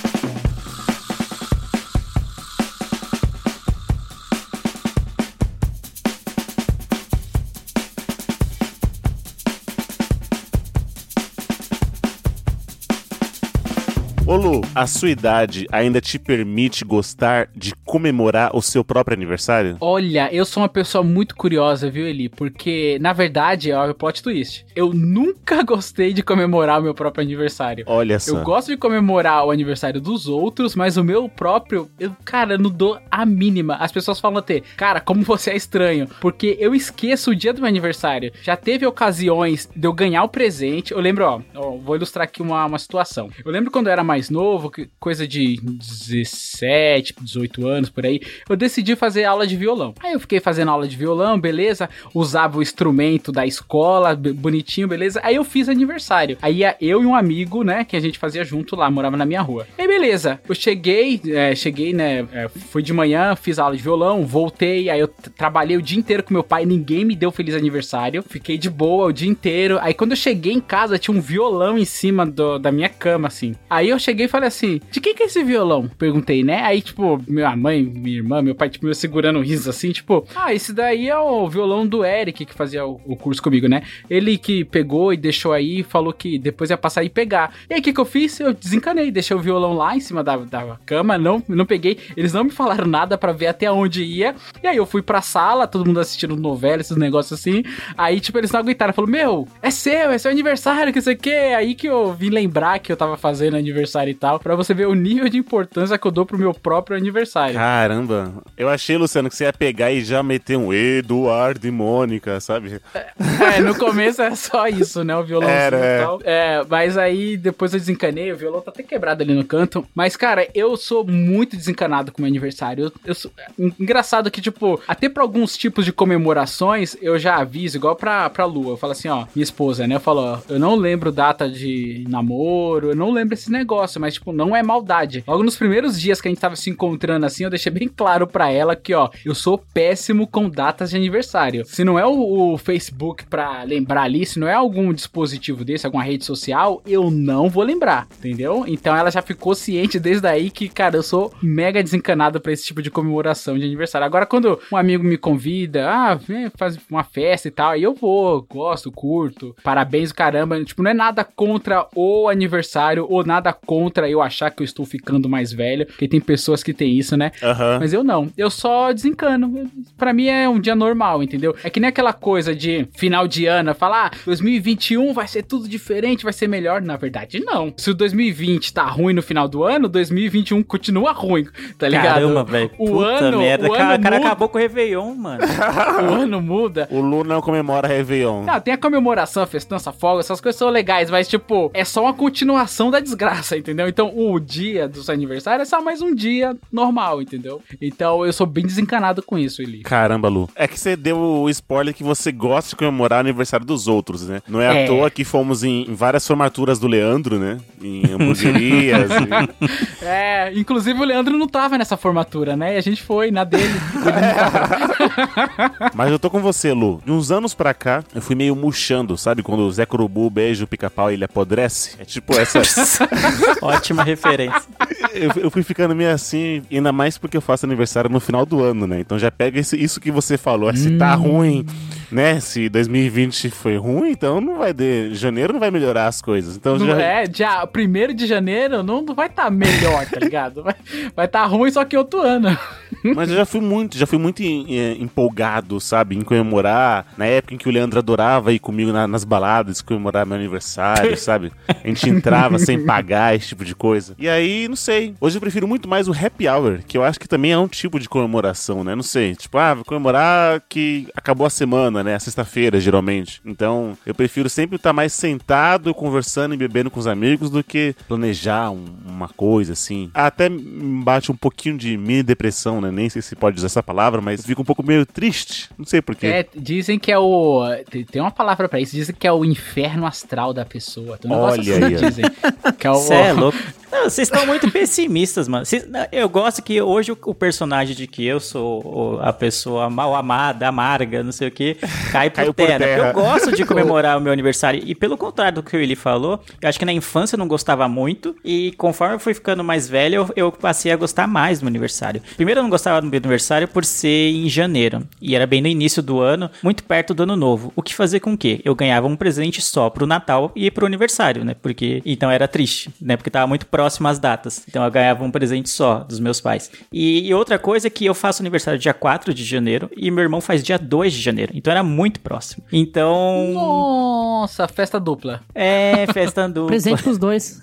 S3: Ô Lu, a sua idade ainda te permite gostar de comemorar o seu próprio aniversário?
S7: Olha, eu sou uma pessoa muito curiosa, viu, Eli? Porque, na verdade, ó, é o plot twist. Eu nunca gostei de comemorar o meu próprio aniversário.
S3: Olha só.
S7: Eu gosto de comemorar o aniversário dos outros, mas o meu próprio, eu, cara, não dou a mínima. As pessoas falam até, cara, como você é estranho. Porque eu esqueço o dia do meu aniversário. Já teve ocasiões de eu ganhar o presente. Eu lembro, ó, ó vou ilustrar aqui uma, uma situação. Eu lembro quando eu era mais novo, coisa de dezessete, dezoito anos, por aí, eu decidi fazer aula de violão. Aí eu fiquei fazendo aula de violão, beleza, usava o instrumento da escola, bonitinho, beleza, aí eu fiz aniversário. Aí ia eu e um amigo, né, que a gente fazia junto lá, morava na minha rua. Aí beleza, eu cheguei, é, cheguei, né, é, fui de manhã, fiz aula de violão, voltei, aí eu trabalhei o dia inteiro com meu pai, ninguém me deu feliz aniversário, fiquei de boa o dia inteiro. Aí quando eu cheguei em casa, tinha um violão em cima do, da minha cama, assim. Aí eu cheguei e falei assim, de quem que é esse violão? Perguntei, né? Aí, tipo, minha mãe, minha irmã, meu pai, tipo, me segurando um riso assim, tipo, ah, esse daí é o violão do Eric, que fazia o, o curso comigo, né? Ele que pegou e deixou aí e falou que depois ia passar e pegar. E aí, o que que eu fiz? Eu desencanei, deixei o violão lá em cima da, da cama, não, não peguei. Eles não me falaram nada pra ver até onde ia. E aí, eu fui pra sala, todo mundo assistindo novela, esses negócios assim. Aí, tipo, eles não aguentaram. Falaram, meu, é seu, é seu aniversário, que você quer. Aí que eu vim lembrar que eu tava fazendo aniversário e tal, pra você ver o nível de importância que eu dou pro meu próprio aniversário.
S3: Caramba, eu achei, Luciano, que você ia pegar e já meter um Eduardo e Mônica, sabe?
S7: É, no começo é só isso, né, o violãozinho
S3: Era,
S7: e tal. É, mas aí depois eu desencanei, o violão tá até quebrado ali no canto. Mas, cara, eu sou muito desencanado com o meu aniversário. Eu, eu sou... Engraçado que, tipo, até pra alguns tipos de comemorações, eu já aviso, igual pra, pra Lua. Eu falo assim, ó, minha esposa, né, eu falo, ó, eu não lembro data de namoro, eu não lembro esse negócio. gosto, mas, tipo, não é maldade. Logo nos primeiros dias que a gente tava se encontrando assim, eu deixei bem claro pra ela que, ó, eu sou péssimo com datas de aniversário. Se não é o, o Facebook pra lembrar ali, se não é algum dispositivo desse, alguma rede social, eu não vou lembrar, entendeu? Então ela já ficou ciente desde aí que, cara, eu sou mega desencanado pra esse tipo de comemoração de aniversário. Agora, quando um amigo me convida, ah, vem fazer uma festa e tal, aí eu vou, gosto, curto, parabéns, caramba, tipo, não é nada contra o aniversário ou nada contra eu achar que eu estou ficando mais velho, porque tem pessoas que tem isso, né?
S3: Uhum.
S7: Mas eu não, eu só desencano. Pra mim é um dia normal, entendeu? É que nem aquela coisa de final de ano, falar, ah, dois mil e vinte e um vai ser tudo diferente, vai ser melhor. Na verdade, não. Se o dois mil e vinte tá ruim no final do ano, dois mil e vinte e um continua ruim, tá ligado?
S5: Caramba, velho.
S7: O
S5: Puta
S7: ano,
S5: merda.
S7: o
S5: O cara,
S7: ano
S5: cara
S7: muda.
S5: acabou com o Réveillon, mano.
S7: O ano muda.
S3: O Lu não comemora Réveillon.
S7: Não, tem a comemoração, a festança, folga, essas coisas são legais, mas, tipo, é só uma continuação da desgraça, entendeu? Então, o dia do seu aniversário é só mais um dia normal, entendeu? Então, eu sou bem desencanado com isso, Eli.
S3: Caramba, Lu. É que você deu o spoiler que você gosta de comemorar o aniversário dos outros, né? Não é,
S7: É.
S3: à toa que fomos em, em várias formaturas do Leandro, né? Em hamburguerias. e...
S7: É, inclusive o Leandro não tava nessa formatura, né? E a gente foi na dele.
S3: Mas eu tô com você, Lu. De uns anos pra cá, eu fui meio murchando, sabe? Quando o Zé Curubu beija o pica-pau e ele apodrece. É tipo essa...
S5: Ótima referência.
S3: eu, eu fui ficando meio assim, ainda mais porque eu faço aniversário no final do ano, né? Então já pega esse, isso que você falou. Se tá ruim, né? Se dois mil e vinte foi ruim, então não vai de janeiro não vai melhorar as coisas. Então
S7: Não
S3: já...
S7: é, dia primeiro de janeiro não, não vai estar tá melhor, tá ligado? Vai estar tá ruim só que outro ano.
S3: Mas eu já fui muito, já fui muito em- em- empolgado, sabe? Em comemorar. Na época em que o Leandro adorava ir comigo na- nas baladas, comemorar meu aniversário, sabe? A gente entrava sem pagar, esse tipo de coisa. E aí, não sei. Hoje eu prefiro muito mais o happy hour, que eu acho que também é um tipo de comemoração, né? Não sei. Tipo, ah, vou comemorar que acabou a semana, né? A sexta-feira, geralmente. Então, eu prefiro sempre estar mais sentado, conversando e bebendo com os amigos do que planejar um- uma coisa, assim. Até me bate um pouquinho de mini depressão, né? Nem sei se pode usar essa palavra, mas fico um pouco meio triste. Não sei porquê.
S7: É, dizem que é o... Tem, tem uma palavra pra isso, dizem que é o inferno astral da pessoa. Tem um negócio
S3: Olha
S7: assim,
S3: aí, ó.
S7: dizem. Que é o...
S5: Cê é louco. Não, vocês estão muito pessimistas, mano. Cês- não, eu gosto que hoje o, o personagem de que eu sou o- a pessoa mal amada, amarga, não sei o que, cai por
S3: Caiu por
S5: terra.
S3: terra.
S5: Eu gosto de comemorar o meu aniversário. E pelo contrário do que o Eli falou, eu acho que na infância eu não gostava muito. E conforme eu fui ficando mais velho, eu, eu passei a gostar mais do meu aniversário. Primeiro eu não gostava do meu aniversário por ser em janeiro. E era bem no início do ano, muito perto do ano novo. O que fazia com que eu ganhava um presente só pro Natal e pro aniversário, né? Porque então era triste, né? Porque tava muito próximo às datas. Então eu ganhava um presente só dos meus pais. E, e outra coisa é que eu faço aniversário dia quatro de janeiro e meu irmão faz dia dois de janeiro. Então era muito próximo. Então...
S7: Nossa, festa dupla.
S5: É, festa dupla.
S6: Presente pros dois.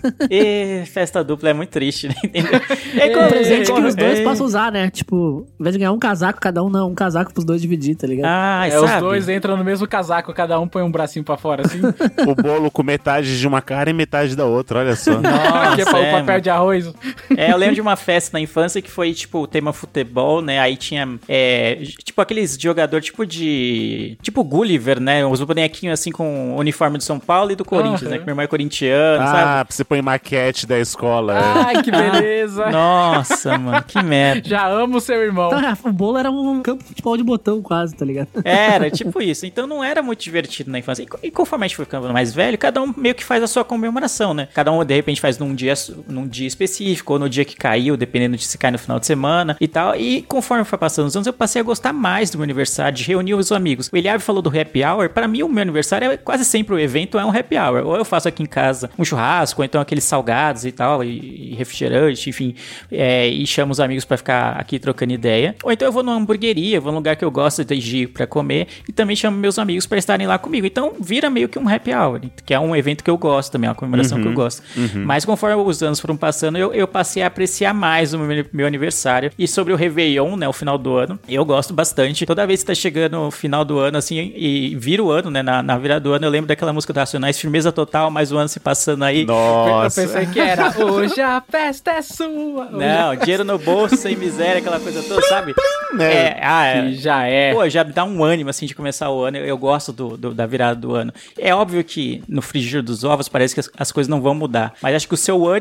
S5: E festa dupla é muito triste, né? Entendeu?
S6: É um presente que os dois
S5: é.
S6: possam usar, né? Tipo, ao invés de ganhar um casaco, cada um não, um casaco pros dois dividir, tá ligado?
S5: Ah,
S7: É,
S5: sabe?
S7: os dois entram no mesmo casaco, cada um põe um bracinho pra fora, assim.
S3: O bolo com metade de uma cara e metade da outra, olha só.
S5: Nossa,
S7: que é pra- o
S5: é,
S7: papel
S5: mano.
S7: de arroz.
S5: É, eu lembro de uma festa na infância que foi, tipo, o tema futebol, né? Aí tinha, é, tipo, aqueles jogador tipo de... Tipo Gulliver, né? Os bonequinhos, assim, com o uniforme do São Paulo e do Corinthians,
S7: Aham.
S5: né? Que meu irmão é corintiano,
S3: Ah,
S5: sabe?
S3: você põe maquete da escola. é.
S7: Ai, que beleza.
S5: Nossa, mano, que merda.
S7: Já amo seu irmão.
S6: Então, o bolo era um campo de futebol de botão quase, tá ligado?
S5: Era, tipo isso. Então não era muito divertido na infância. E, co- e conforme a gente foi ficando mais velho, cada um meio que faz a sua comemoração, né? Cada um, de repente, faz num dia, num dia específico, ou no dia que caiu, dependendo de se cai no final de semana e tal. E conforme foi passando os anos, eu passei a gostar mais do meu aniversário, de reunir os amigos. O Eliabe falou do happy hour. Pra mim, o meu aniversário é quase sempre o evento é um happy hour. Ou eu faço aqui em casa um churrasco, ou então aqueles salgados e tal, e, e refrigerante, enfim. É, e chamo os amigos pra ficar aqui trocando ideia. Ou então eu vou numa hamburgueria, vou num lugar que eu gosto de ir pra comer, e também chamo meus amigos pra estarem lá comigo. Então vira meio que um happy hour, que é um evento que eu gosto também, uma comemoração
S3: Uhum,
S5: que eu gosto.
S3: uhum.
S5: Mas conforme os anos foram passando, eu, eu passei a apreciar mais o meu, meu aniversário. E sobre o Réveillon, né, o final do ano, eu gosto bastante. Toda vez que tá chegando o final do ano, assim, e vira o ano, né, na, na virada do ano, eu lembro daquela música do Racionais, Firmeza Total, mais o ano se passando aí.
S3: Nossa.
S7: Eu pensei que era hoje a festa é sua. Hoje
S5: Não,
S7: a-
S5: dinheiro no bolso, sem miséria, aquela coisa toda, sabe?
S3: né?
S5: É, ah, é.
S7: Que já é.
S5: Pô, já me dá um ânimo, assim, de começar o ano. Eu, eu gosto do, do- da virada do ano. É óbvio que no frigir dos ovos parece que as, as coisas não vão mudar. Mas acho que o seu ânimo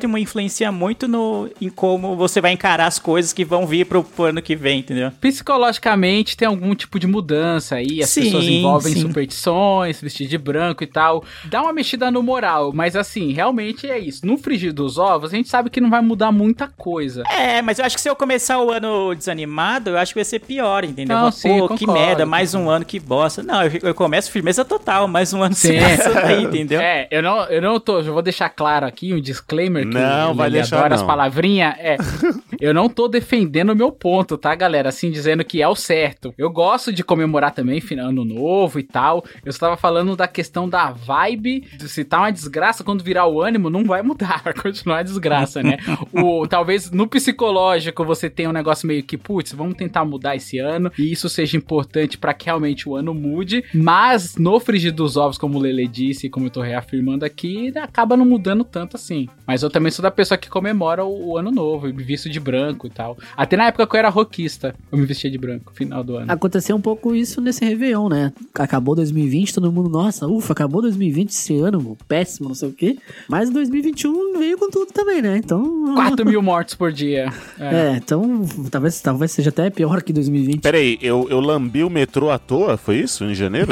S5: décimo influencia muito no, em como você vai encarar as coisas que vão vir pro, pro ano que vem, entendeu?
S7: Psicologicamente tem algum tipo de mudança aí, as
S5: Sim,
S7: pessoas envolvem
S5: sim.
S7: superstições, vestir de branco e tal, dá uma mexida no moral, mas assim, realmente é isso. No frigir dos ovos, a gente sabe que não vai mudar muita coisa.
S5: É, mas eu acho que se eu começar o ano desanimado, eu acho que vai ser pior, entendeu?
S7: Não,
S5: Eu vou,
S7: sim,
S5: Pô,
S7: concordo,
S5: que merda, mais
S7: concordo.
S5: um ano, que bosta. Não, eu, eu começo firmeza total, mais um ano
S7: Sim.
S5: se passando aí, entendeu?
S7: É, eu não, eu não tô, eu vou deixar claro aqui um disclaimer que
S3: Não,
S7: ele
S3: vai deixar
S7: adora
S3: não.
S7: as palavrinhas, é, eu não tô defendendo o meu ponto, tá, galera, assim, dizendo que é o certo. Eu gosto de comemorar também final ano novo e tal, eu só tava falando da questão da vibe, de se tá uma desgraça, quando virar o ânimo, não vai mudar, vai continuar a desgraça, né? O, talvez no psicológico você tenha um negócio meio que, putz, vamos tentar mudar esse ano, e isso seja importante pra que realmente o ano mude, mas no frigir dos ovos, como o Lele disse, e como eu tô reafirmando aqui, acaba não mudando tanto assim. Mas eu também sou da pessoa que comemora o, o ano novo, eu me visto de branco e tal. Até na época que eu era rockista, eu me vestia de branco, final do ano.
S6: Aconteceu um pouco isso nesse Réveillon, né? Acabou dois mil e vinte, todo mundo, nossa, ufa, acabou dois mil e vinte esse ano, péssimo, não sei o quê. Mas dois mil e vinte e um veio com tudo também, né? Então...
S7: quatro mil mortos por dia. É,
S6: É, então talvez, talvez seja até pior que dois mil e vinte.
S3: Peraí, eu, eu lambi o metrô à toa? Foi isso? Em janeiro?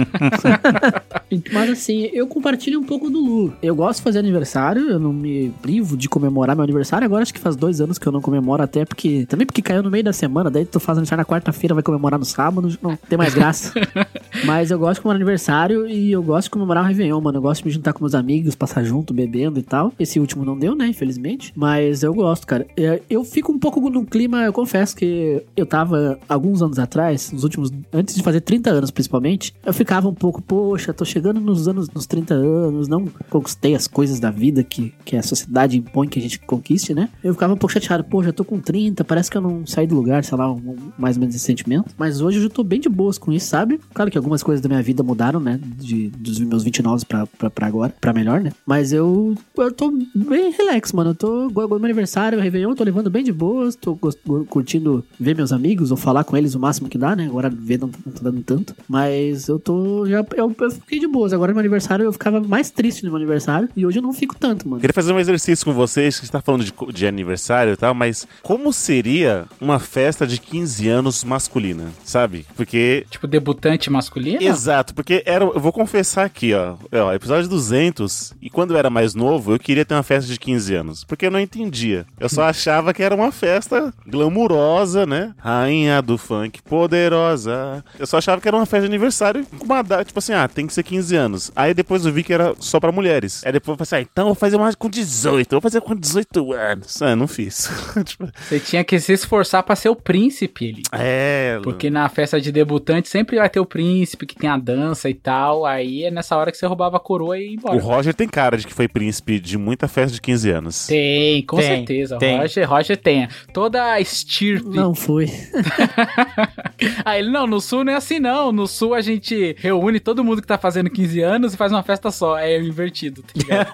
S6: Mas assim, eu compartilho um pouco do Lu. Eu gosto de fazer aniversário, eu não me privo de comemorar meu aniversário. Agora acho que faz dois anos que eu não comemoro, até porque... Também porque caiu no meio da semana, daí tu faz aniversário na quarta-feira, vai comemorar no sábado, não tem mais graça. Mas eu gosto de comemorar aniversário e eu gosto de comemorar o Réveillon, mano. Eu gosto de me juntar com meus amigos, passar junto, bebendo e tal. Esse último não deu, né, infelizmente. Mas eu gosto, cara. Eu fico um pouco no clima, eu confesso que eu tava, alguns anos atrás, nos últimos... Antes de fazer trinta anos, principalmente, eu ficava um pouco, poxa, tô chegando nos anos, nos trinta anos, não conquistei as coisas da vida que, que a sociedade impõe que a gente conquiste, né? Eu ficava um pouco chateado, poxa, eu tô com trinta, parece que eu não saí do lugar, sei lá, um, um, mais ou menos esse sentimento. Mas hoje eu já tô bem de boas com isso, sabe? Claro que algumas coisas da minha vida mudaram, né? De, dos meus vinte e nove pra, pra, pra agora, pra melhor, né? Mas eu, eu tô bem relax, mano. Eu tô, igual meu aniversário, Réveillon, eu tô levando bem de boas, tô gost, curtindo ver meus amigos ou falar com eles o máximo que dá, né? Agora ver não, não tô dando tanto. Mas eu tô, já, eu, eu fiquei de boas. Agora no meu aniversário eu ficava mais triste no meu aniversário e hoje eu não fico tanto, mano.
S3: Queria fazer um exercício com vocês, que você tá falando de, de aniversário e tal, mas como seria uma festa de quinze anos masculina, sabe? Porque...
S7: tipo, debutante masculino?
S3: Exato, porque era, eu vou confessar aqui, ó, ó, episódio duzentos, e quando eu era mais novo, eu queria ter uma festa de quinze anos, porque eu não entendia. Eu só achava que era uma festa glamurosa, né? Rainha do funk poderosa. Eu só achava que era uma festa de aniversário com uma data, tipo assim, ah, tem que ser quinze anos. Aí depois eu vi que era só pra mulheres. Aí depois eu falei assim, ah, então eu vou fazer uma com dezoito, eu vou fazer com dezoito anos. Ah, não fiz. Tipo...
S7: Você tinha que se esforçar pra ser o príncipe ali.
S3: É.
S7: Porque na festa de debutante sempre vai ter o príncipe que tem a dança e tal. Aí é nessa hora que você roubava a coroa e ia embora.
S3: O Roger tem cara de que foi príncipe de muita festa de quinze anos.
S7: Tem, com
S5: tem,
S7: certeza.
S5: Tem.
S7: Roger, Roger tem. Toda a estirpe.
S6: Não foi.
S7: Aí ele, não, no Sul não é assim não. No Sul a gente reúne todo mundo que tá fazendo quinze anos e faz uma festa só. É invertido, tá ligado?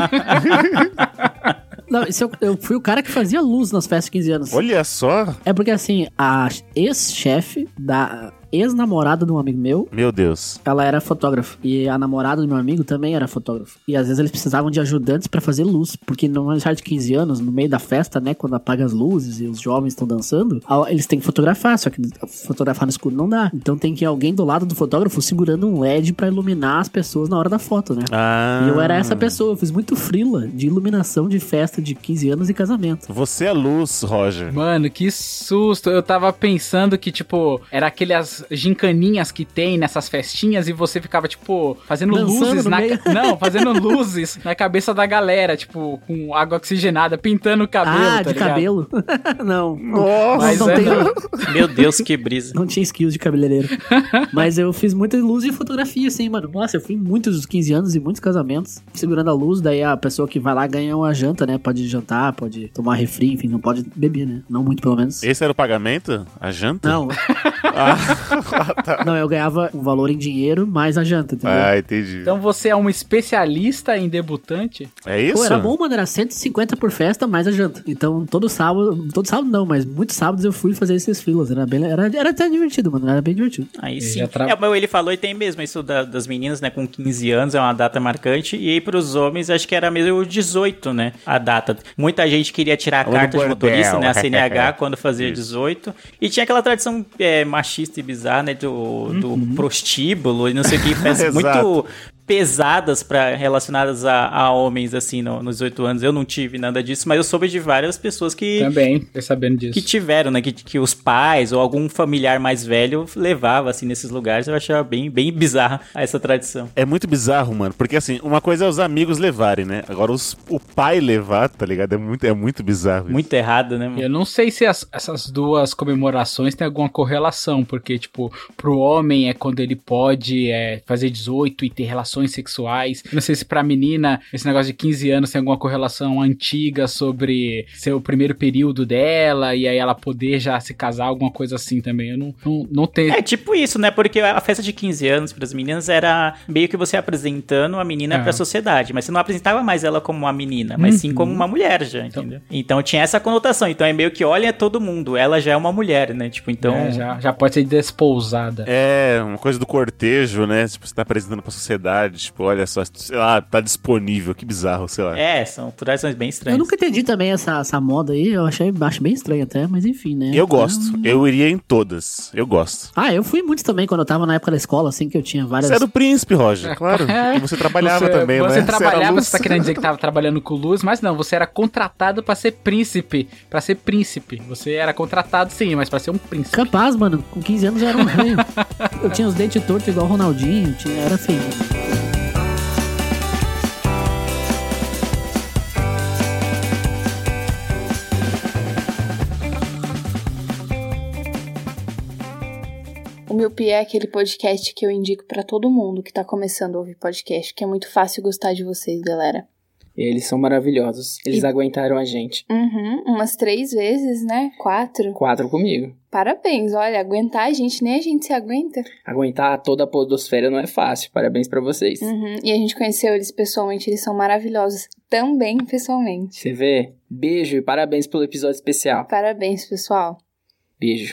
S6: Não, isso eu, eu fui o cara que fazia luz nas festas de quinze anos.
S3: Olha só.
S6: É porque assim, a ex-chefe da ex-namorada de um amigo meu,
S3: Meu Deus.
S6: ela era fotógrafa. E a namorada do meu amigo também era fotógrafa. E às vezes eles precisavam de ajudantes pra fazer luz. Porque no aniversário de quinze anos, no meio da festa, né, quando apaga as luzes e os jovens estão dançando, eles têm que fotografar, só que fotografar no escuro não dá. Então tem que ir alguém do lado do fotógrafo segurando um L E D pra iluminar as pessoas na hora da foto, né?
S3: Ah.
S6: E eu era essa pessoa, eu fiz muito frila de iluminação de festa de quinze anos e casamento.
S3: Você é luz, Roger.
S7: Mano, que susto. Eu tava pensando que, tipo, era aquelas gincaninhas que tem nessas festinhas e você ficava, tipo, fazendo
S6: Dançando
S7: luzes
S6: no
S7: na...
S6: meio.
S7: Não, fazendo luzes na cabeça da galera, tipo, com água oxigenada, pintando o cabelo,
S6: Ah,
S7: tá
S6: de
S7: ligado?
S6: cabelo. Não.
S3: Nossa.
S7: Mas
S6: não,
S7: é,
S6: tenho-
S7: não.
S5: Meu Deus, que brisa.
S6: não tinha skills de cabeleireiro. Mas eu fiz muita luz de fotografia, assim, mano. Nossa, eu fui em muitos dos quinze anos e muitos casamentos segurando a luz. Daí a pessoa que vai lá ganha uma janta, né? Pode jantar, pode tomar refri, enfim, não pode beber, né? Não muito, pelo menos.
S3: Esse era o pagamento? A janta?
S6: Não,
S3: Ah.
S6: Não, eu ganhava o valor em dinheiro mais a janta, entendeu?
S3: Ah, entendi.
S7: Então você é um especialista em debutante?
S3: É isso?
S6: Pô, era bom, mano, era cento e cinquenta por festa mais a janta. Então, todo sábado, todo sábado não, mas muitos sábados eu fui fazer esses filas. Era, bem, era, era até divertido, mano, era bem divertido.
S5: Aí sim.
S7: já tra-
S5: É, mas ele falou e tem mesmo isso da- das meninas, né, com quinze anos, é uma data marcante. E aí pros homens, acho que era mesmo dezoito, né, a data. Muita gente queria tirar a
S3: Vamos
S5: carta
S3: no
S5: de
S3: bordel.
S5: motorista, né, a C N H, quando fazia
S3: Isso.
S5: dezoito. E tinha aquela tradição é, machista e bizarra, né, do, do prostíbulo e não sei o que, festas
S3: Exato.
S5: muito pesadas pra, relacionadas a, a homens, assim, no- nos oito anos. Eu não tive nada disso, mas eu soube de várias pessoas que...
S7: Também, fiquei sabendo disso.
S5: Que tiveram, né? Que, que os pais ou algum familiar mais velho levava, assim, nesses lugares. Eu achava bem, bem bizarra essa tradição.
S3: É muito bizarro, mano. Porque assim, uma coisa é os amigos levarem, né? Agora os, o pai levar, tá ligado? É muito, é muito bizarro. isso.
S5: Muito errado, né, mano?
S7: Eu não sei se as- essas duas comemorações têm alguma correlação, porque, tipo, pro homem é quando ele pode é, fazer dezoito e ter relações sexuais. Eu não sei se pra menina esse negócio de quinze anos tem alguma correlação antiga sobre ser o primeiro período dela e aí ela poder já se casar, alguma coisa assim também. Eu não, não, não tenho...
S5: É tipo isso, né? Porque a festa de quinze anos para as meninas era meio que você apresentando a menina
S7: É.
S5: pra sociedade, mas você não apresentava mais ela como uma menina, mas sim como uma mulher já, entendeu? Então tinha essa conotação. Então é meio que olha todo mundo, ela já é uma mulher, né? Tipo, então
S7: É, já, já pode ser despousada.
S3: É, uma coisa do cortejo, né? Tipo, você tá apresentando pra sociedade, tipo, olha só, sei lá, tá disponível, que bizarro, sei lá.
S5: É, são tradições bem
S6: Eu
S5: estranhas.
S6: nunca entendi também essa, essa moda aí, eu achei, acho bem estranho até, mas enfim, né?
S3: Eu gosto, eu iria em todas, eu gosto.
S6: Ah, eu fui muitos também quando eu tava na época da escola, assim, que eu tinha várias...
S3: Você era o príncipe, Roger, claro.
S7: É.
S3: E você trabalhava
S7: Você-
S3: também,
S7: Você
S3: né?
S7: trabalhava,
S3: era
S7: você tá querendo dizer que tava trabalhando com luz, mas não, você era contratado pra ser príncipe. Pra ser príncipe. Você era contratado sim, mas pra ser um príncipe.
S6: Capaz, mano, com quinze anos já era um ranho. Eu tinha os dentes tortos igual o Ronaldinho, tinha, era feio.
S10: O Miopia é aquele podcast que eu indico pra todo mundo que tá começando a ouvir podcast, que é muito fácil gostar de vocês, galera.
S11: Eles são maravilhosos. Eles
S10: E-
S11: aguentaram a gente.
S10: Uhum, umas três vezes, né? Quatro.
S11: Quatro comigo.
S10: Parabéns, olha, aguentar a gente, nem a gente se aguenta.
S11: Aguentar toda a podosfera não é fácil. Parabéns pra vocês.
S10: Uhum, e a gente conheceu eles pessoalmente, eles são maravilhosos. Também pessoalmente.
S11: Você vê? Beijo e parabéns pelo episódio especial.
S10: Parabéns, pessoal.
S11: Beijo.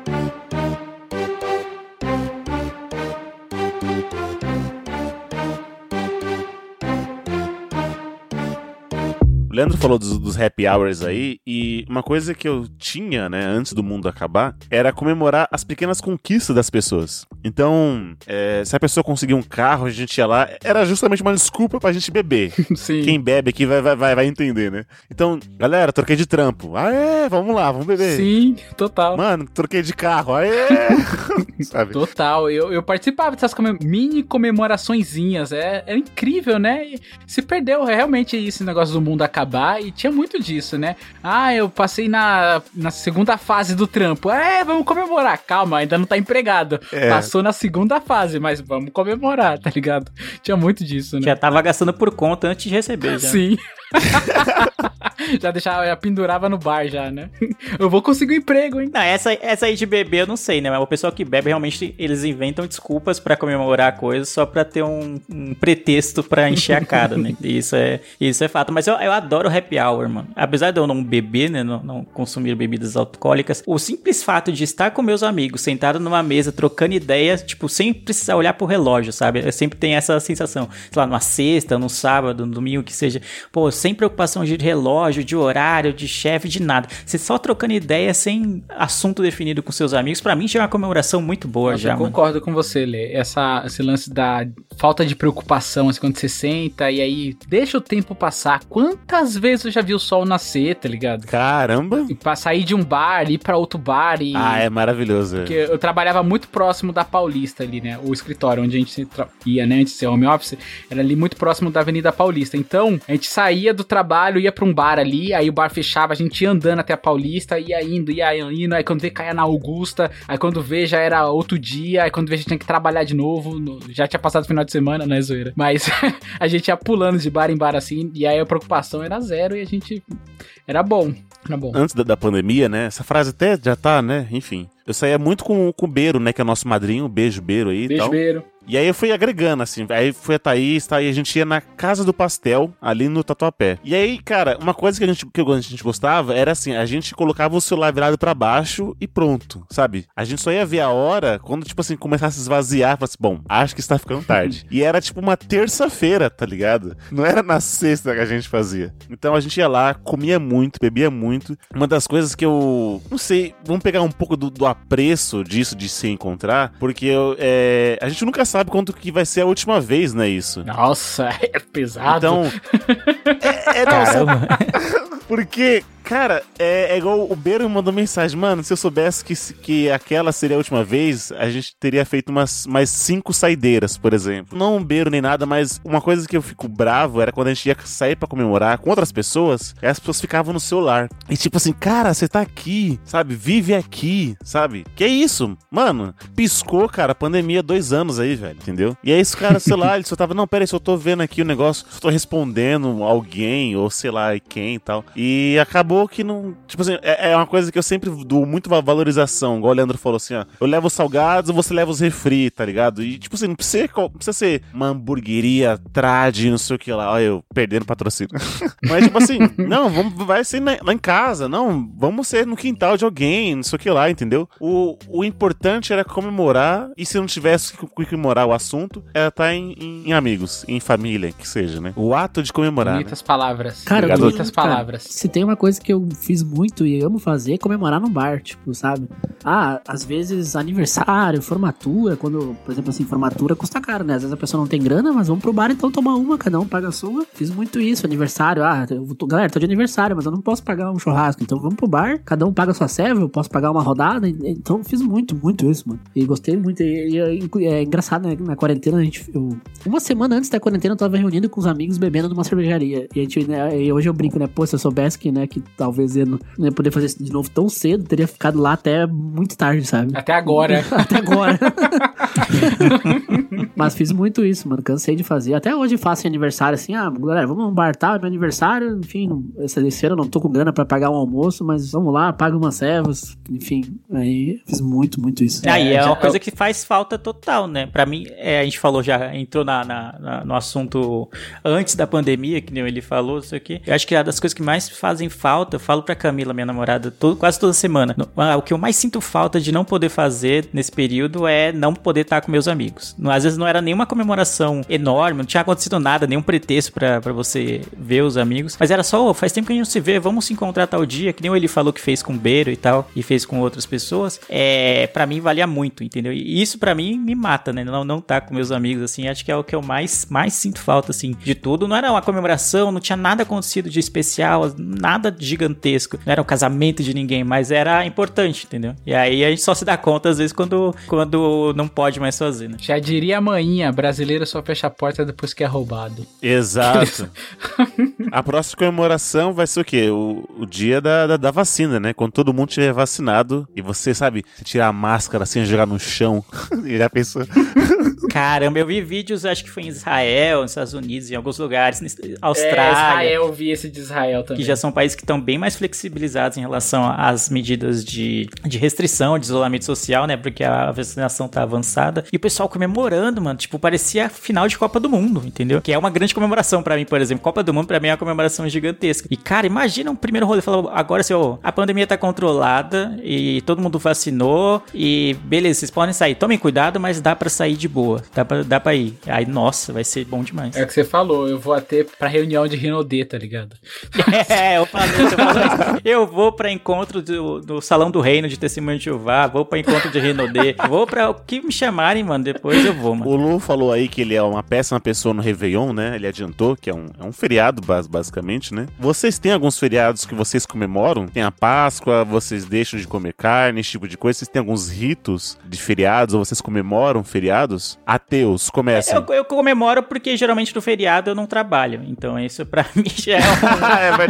S3: O Leandro falou dos, dos happy hours aí, e uma coisa que eu tinha, né, antes do mundo acabar, era comemorar as pequenas conquistas das pessoas. Então, é, se a pessoa conseguia um carro, a gente ia lá, era justamente uma desculpa pra gente beber.
S7: Sim.
S3: Quem bebe aqui vai, vai, vai, vai entender, né? Então, galera, troquei de trampo. Ah, é, vamos lá, vamos beber.
S7: Sim, total.
S3: Mano, troquei de carro. Aê! Sabe?
S7: Total, eu, eu participava dessas come- mini comemoraçõezinhas, é, é incrível, né? E se perdeu realmente esse negócio do mundo acabar e tinha muito disso, né? Ah, eu passei na, na segunda fase do trampo, é, vamos comemorar, calma, ainda não tá empregado,
S3: É.
S7: passou na segunda fase, mas vamos comemorar, tá ligado? Tinha muito disso, né?
S5: Já tava gastando por conta antes de receber, já.
S7: Sim. Já deixava, já pendurava no bar já, né? Eu vou conseguir um emprego, hein?
S5: Não, essa, essa aí de beber eu não sei, né? Mas o pessoal que bebe, realmente, eles inventam desculpas pra comemorar coisas só pra ter um, um pretexto pra encher a cara, né? Isso é, isso é fato. Mas eu, eu adoro happy hour, mano. Apesar de eu não beber, né? Não, não consumir bebidas alcoólicas, o simples fato de estar com meus amigos, sentado numa mesa, trocando ideias, tipo, sem precisar olhar pro relógio, sabe? Eu sempre tenho essa sensação. Sei lá, numa sexta, num sábado, no domingo, que seja. Pô, sem preocupação de relógio, de horário, de chefe, de nada. Você só trocando ideia, sem assunto definido com seus amigos, pra mim já é uma comemoração muito boa.
S7: Eu
S5: já, mano.
S7: concordo com você, Lê. Essa, esse lance da falta de preocupação, assim, quando você senta e aí deixa o tempo passar. Quantas vezes eu já vi o sol nascer, tá ligado?
S3: Caramba!
S7: E pra sair de um bar, ir pra outro bar e...
S3: Ah, é maravilhoso.
S7: Porque eu trabalhava muito próximo da Paulista ali, né? O escritório onde a gente tra- ia, né? Antes de ser home office, era ali muito próximo da Avenida Paulista. Então, a gente saía do trabalho, ia pra um bar ali, aí o bar fechava, a gente ia andando até a Paulista, ia indo, ia indo, aí quando vê, caía na Augusta, aí quando vê, já era outro dia, aí quando vê, a gente tinha que trabalhar de novo, no- já tinha passado o final de semana, né, zoeira? Mas a gente ia pulando de bar em bar assim, e aí a preocupação era zero e a gente... Era bom, era bom.
S3: Antes da, da pandemia, né? Essa frase até já tá, né? Enfim. eu saía muito com, com o Beiro, né? Que é o nosso madrinho. Beijo, Beiro aí e
S7: Beijo,
S3: tal.
S7: Beiro.
S3: E aí eu fui agregando, assim. Aí foi a Thaís, tá? E a gente ia na Casa do Pastel, ali no Tatuapé. E aí, cara, uma coisa que a gente, que a gente gostava era assim, a gente colocava o celular virado pra baixo e pronto, sabe? A gente só ia ver a hora quando, tipo assim, começasse a esvaziar. Falasse, bom, acho que está ficando tarde. E era tipo uma terça-feira, tá ligado? Não era na sexta que a gente fazia. Então a gente ia lá, comia muito, bebia muito. Uma das coisas que eu, não sei, vamos pegar um pouco do, do apreço disso, de se encontrar, porque eu, é, a gente nunca sabe quanto que vai ser a última vez, né, isso?
S7: Nossa, é pesado.
S3: Então, é, é não, sabe? Porque, cara, é, é igual o Beiro mandou mensagem, mano, se eu soubesse que, que aquela seria a última vez, a gente teria feito umas mais cinco saideiras, por exemplo. Não um Beiro nem nada, mas uma coisa que eu fico bravo era quando a gente ia sair pra comemorar com outras pessoas, e as pessoas ficavam no celular. E tipo assim, cara, você tá aqui, sabe? Vive aqui, sabe? Que isso? Mano, piscou, cara, pandemia dois anos aí, velho, entendeu? E aí esse cara, sei lá, ele só tava, não, pera aí, só tô vendo aqui o negócio, só tô respondendo alguém, ou sei lá, quem e tal. E acabou que não... Tipo assim, é, é uma coisa que eu sempre dou muito valorização, igual o Leandro falou assim, ó. Eu levo os salgados, você leva os refri, tá ligado? E tipo assim, não precisa, não precisa ser uma hamburgueria, trad, não sei o que lá. Olha, eu perdendo patrocínio. Mas tipo assim, não, vamos, vai ser na, lá em casa, não, vamos ser no quintal de alguém, não sei o que lá, entendeu? O, o importante era comemorar, e se não tivesse que comemorar o assunto, era estar em, em, em amigos, em família, que seja, né? O ato de comemorar.
S7: Bonitas
S3: né?
S7: palavras.
S6: Cara,
S7: Obrigado.
S6: eu,
S7: Bonitas
S6: cara,
S7: palavras.
S6: Se tem uma coisa que eu fiz muito e amo fazer é comemorar num bar, tipo, sabe? Ah, às vezes aniversário, formatura, quando, por exemplo, assim, formatura custa caro, né? Às vezes a pessoa não tem grana, mas vamos pro bar então tomar uma, cada um paga a sua. Fiz muito isso, aniversário, ah, eu tô, galera, tô de aniversário, mas eu não posso pagar um churrasco, então vamos pro bar, cada um paga a sua serva, eu posso pagar uma rodada, então fiz muito, muito isso, mano. E gostei muito, e, e, e é engraçado, né? Na quarentena, a gente, eu, uma semana antes da quarentena, eu tava reunido com os amigos bebendo numa cervejaria, e a gente, né, e hoje eu brinco, né, pô, se eu soubesse que, né, que talvez eu não ia poder fazer isso de novo tão cedo, teria ficado lá até muito tarde, sabe?
S7: Até agora.
S6: Até agora. Mas fiz muito isso, mano, cansei de fazer. Até hoje faço aniversário, assim, ah, galera, vamos num bar, tá? É meu aniversário, enfim, essa esse ano eu não tô com grana pra pagar um almoço, mas vamos lá, paga umas servas, enfim, aí fiz muito, muito isso.
S5: Aí é, é uma
S6: já,
S5: coisa
S6: eu...
S5: que faz falta total, né? Pra mim, é, a gente falou já, entrou na, na, na, no assunto antes da pandemia, que nem ele falou, não sei o quê. Eu acho que é uma das coisas que mais fazem falta, eu falo pra Camila, minha namorada, todo, quase toda semana, o que eu mais sinto falta de não poder fazer nesse período é não poder estar com meus amigos. Às vezes não era nenhuma comemoração enorme, não tinha acontecido nada, nenhum pretexto pra, pra você ver os amigos, mas era só, oh, faz tempo que a gente não se vê, vamos se encontrar tal dia, que nem ele falou que fez com o Beiro e tal, e fez com outras pessoas, é, pra mim valia muito, entendeu? E isso pra mim me mata, né? Não, não tá com meus amigos, assim, acho que é o que eu mais, mais sinto falta, assim, de tudo. Não era uma comemoração, não tinha nada acontecido de especial, nada gigantesco, não era um casamento de ninguém, mas era importante, entendeu? E aí a gente só se dá conta, às vezes, quando, quando não pode mais fazer, né?
S7: Já diria a manhinha, brasileiro só fecha a porta depois que é roubado.
S3: Exato. A próxima comemoração vai ser o quê? O, o dia da, da, da vacina, né? Quando todo mundo estiver vacinado e você, sabe, tirar a máscara assim, jogar no chão. E já pensou...
S5: Caramba, eu vi vídeos, acho que foi em Israel, nos Estados Unidos, em alguns lugares, Austrália.
S7: É, Israel, eu vi esse de Israel também.
S5: Que já são países que estão bem mais flexibilizados em relação às medidas de, de restrição, de isolamento social, né? Porque a vacinação tá avançada. E o pessoal comemorando, mano, tipo, parecia final de Copa do Mundo, entendeu? Que é uma grande comemoração pra mim, por exemplo. Copa do Mundo, pra mim, é uma comemoração gigantesca. E, cara, imagina um primeiro rolê, falou, agora, assim, ó, a pandemia tá controlada e todo mundo vacinou e, beleza, vocês podem sair. Tomem cuidado, mas dá pra sair de boa. Dá pra, dá pra ir. Aí, nossa, vai ser bom demais.
S7: É o que você falou, eu vou até pra reunião de Rinodê, tá ligado?
S5: É, eu falei, eu, falei eu vou pra encontro do, do Salão do Reino de Testemunho de Jeová, vou pra encontro de Rinodê, vou pra o que me chamarem, mano, depois eu vou, mano.
S3: O Lu falou aí que ele é uma péssima pessoa no Réveillon, né? Ele adiantou que é um, é um feriado, basicamente, né? Vocês têm alguns feriados que vocês comemoram? Tem a Páscoa, vocês deixam de comer carne, esse tipo de coisa? Vocês têm alguns ritos de feriados ou vocês comemoram feriados? Ateus, começa.
S5: Eu, eu comemoro porque geralmente no feriado eu não trabalho. Então isso pra mim já é um...
S3: É verdade.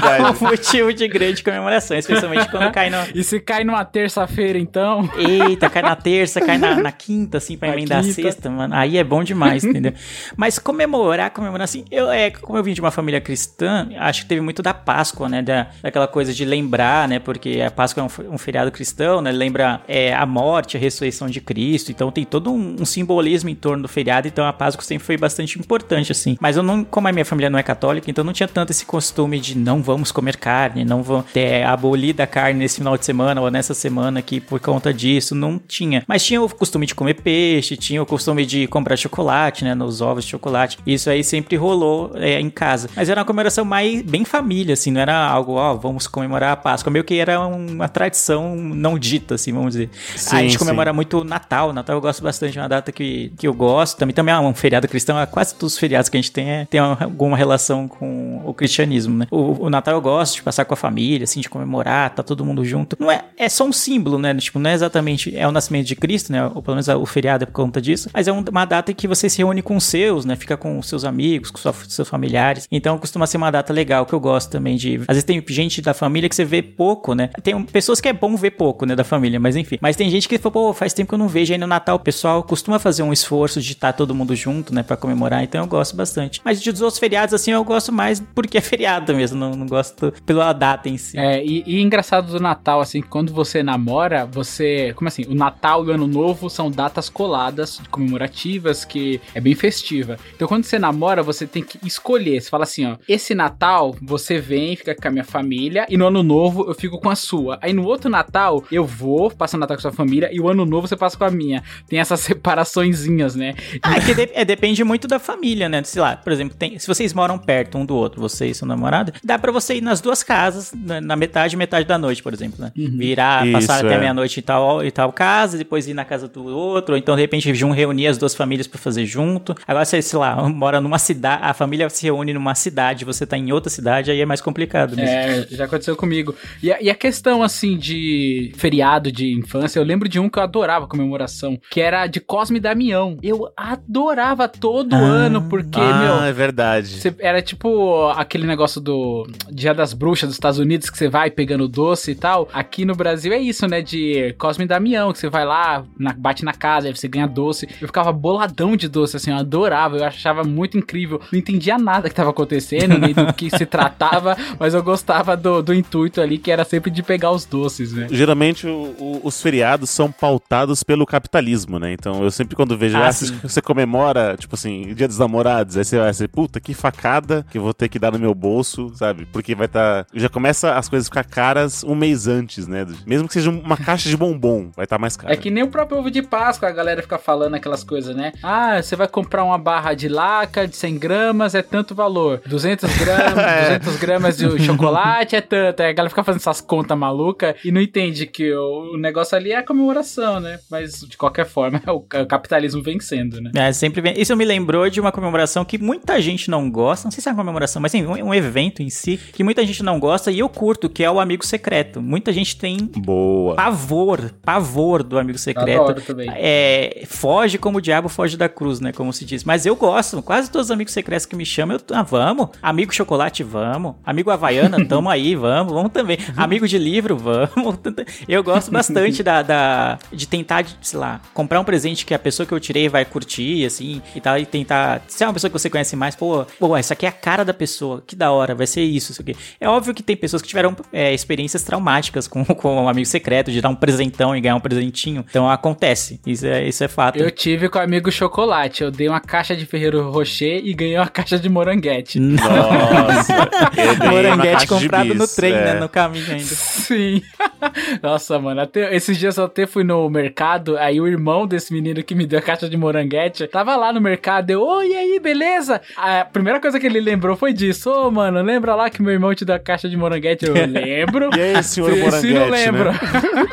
S3: verdade.
S5: um motivo de grande comemoração, especialmente quando cai no...
S7: E se cai numa terça-feira, então?
S5: Eita, cai na terça, cai na, na quinta, assim, pra emendar a sexta, mano. Aí é bom demais, entendeu? Mas comemorar, comemorar, assim, eu, é, como eu vim de uma família cristã, acho que teve muito da Páscoa, né? Da, daquela coisa de lembrar, né? Porque a Páscoa é um, um feriado cristão, né? Lembra é, a morte, a ressurreição de Cristo. Então tem todo um, um simbolismo em torno do feriado. Então a Páscoa sempre foi bastante importante, assim. Mas eu não, como a minha família não é católica, então não tinha tanto esse costume de não vamos comer carne, não vamos ter abolida a carne nesse final de semana ou nessa semana aqui por conta disso. Não tinha. Mas tinha o costume de comer peixe, tinha o costume de comprar chocolate, né? Nos ovos de chocolate. Isso aí sempre rolou é, em casa. Mas era uma comemoração mais bem família, assim. Não era algo, ó, vamos comemorar a Páscoa. Meio que era uma tradição não dita, assim, vamos dizer. Sim, a gente sim. comemora muito Natal. Natal eu gosto bastante, é uma data que, que eu gosto. Também, também é um feriado cristão. Quase todos os feriados que a gente tem é, tem alguma relação com o cristianismo, né? O, o Natal eu gosto de passar com a família, assim, de comemorar, tá todo mundo junto. Não é, é só um símbolo, né? Tipo, não é exatamente, é o nascimento de Cristo, né? Ou pelo menos o feriado é por conta disso. Mas é um, uma data em que você se reúne com os seus, né? Fica com os seus amigos, com sua, seus familiares. Então costuma ser uma data legal, que eu gosto também de... Às vezes tem gente da família que você vê pouco, né? Tem pessoas que é bom ver pouco, né? Da família, mas enfim. Mas tem gente que fala, pô, faz tempo que eu não vejo. Aí no Natal o pessoal costuma fazer um esforço de estar todo mundo junto, né? Pra comemorar. Então eu gosto bastante. Mas dos outros feriados, assim, eu gosto mais porque é feriado mesmo. Não, não gosto pela data em si.
S7: É, e, e engraçado do Natal, assim, quando você namora, você... Como assim? O Natal e o Ano Novo são datas coladas, comemorativas, que é bem festiva. Então quando você namora, você tem que escolher. Você fala assim, ó, esse Natal você vem, fica com a minha família, e no Ano Novo eu fico com a sua. Aí no outro Natal eu vou, passo o Natal com a sua família, e o Ano Novo você passa com a minha. Tem essas separaçõezinhas, né?
S5: Ah, é que de, é, depende muito da família, né? Sei lá, por exemplo, tem, se vocês moram perto um do outro, você e seu namorado, dá pra você ir nas duas casas, na, na metade e metade da noite, por exemplo, né? Uhum. Virar, Isso, passar é. até meia-noite em tal, em tal casa, depois ir na casa do outro, ou então de repente um reunir as duas famílias pra fazer junto. Agora, você, sei lá, mora numa cidade, a família se reúne numa cidade, você tá em outra cidade, aí é mais complicado mesmo.
S7: É, já aconteceu comigo. E a, e a questão, assim, de feriado de infância, eu lembro de um que eu adorava a comemoração, que era de Cosme e Damião. Eu adorava todo ah, ano, porque,
S3: ah,
S7: meu...
S3: Ah, é verdade.
S7: Você, era tipo aquele negócio do Dia das Bruxas dos Estados Unidos, que você vai pegando doce e tal. Aqui no Brasil é isso, né, de Cosme e Damião, que você vai lá, na, bate na casa, aí você ganha doce. Eu ficava boladão de doce, assim, eu adorava, eu achava muito incrível. Não entendia nada que tava acontecendo, nem do que se tratava, mas eu gostava do, do intuito ali, que era sempre de pegar os doces, né?
S3: Geralmente o, o, os feriados são pautados pelo capitalismo, né? Então eu sempre quando vejo, ah, ah você, você comemora, tipo assim, Dia dos Namorados, aí você vai ser, puta, que facada que eu vou ter que dar no meu bolso, sabe? Porque vai estar... Tá, já começa as coisas a ficar caras um mês antes, né? Mesmo que seja uma caixa de bombom, vai estar tá mais caro.
S7: É que nem o próprio ovo de Páscoa, a galera fica falando aquelas coisas, né? Ah, você vai comprar uma barra de laca de cem gramas, é tanto valor. duzentos gramas, é. duzentos gramas de chocolate é tanto. Aí a galera fica fazendo essas contas malucas e não entende que o, o negócio ali é a comemoração, né? Mas, de qualquer forma, é o, é o capitalismo vencendo, né?
S5: É, sempre vem. Isso me lembrou de uma comemoração que muita gente não gosta. Não sei se é uma comemoração, mas sim, um, um evento em si que muita gente não gosta e eu curto, que é o amigo secreto. Muita gente tem
S3: Boa.
S5: pavor, pavor do amigo secreto.
S7: Adoro também.
S5: É, foge como o diabo foge da cruz, né? Como se diz. Mas eu gosto. Quase todos os amigos secretos que me chamam, eu, ah, vamos. Amigo chocolate, vamos. Amigo Havaiana, tamo aí, vamos. Vamos também. Amigo de livro, vamos. Eu gosto bastante da, da, de tentar, sei lá, comprar um presente que a pessoa que eu tirei vai curtir, assim, e tal, e tentar... Se é uma pessoa que você conhece mais, pô, pô, essa aqui é a cara da pessoa, que da hora, vai ser isso, isso aqui. É óbvio que tem pessoas que tiveram é, experiências traumáticas com, com um amigo secreto, de dar um presentão e ganhar um presentinho. Então acontece, isso é, isso é fato.
S7: Eu tive com o amigo chocolate, eu dei uma caixa de Ferrero Rocher e ganhei uma caixa de moranguete.
S3: Nossa!
S5: Moranguete comprado no trem, é. né, no caminho ainda.
S7: Sim. Nossa, mano, até, esses dias eu até fui no mercado, aí o irmão desse menino que me deu a caixa de moranguete, tava lá no mercado, eu, oi, e aí, beleza? A primeira coisa que ele lembrou foi disso, ô, oh, mano, lembra lá que meu irmão te deu a caixa de moranguete? Eu lembro.
S3: E aí, senhor
S7: Sim,
S3: moranguete,
S7: não lembro.
S3: Né?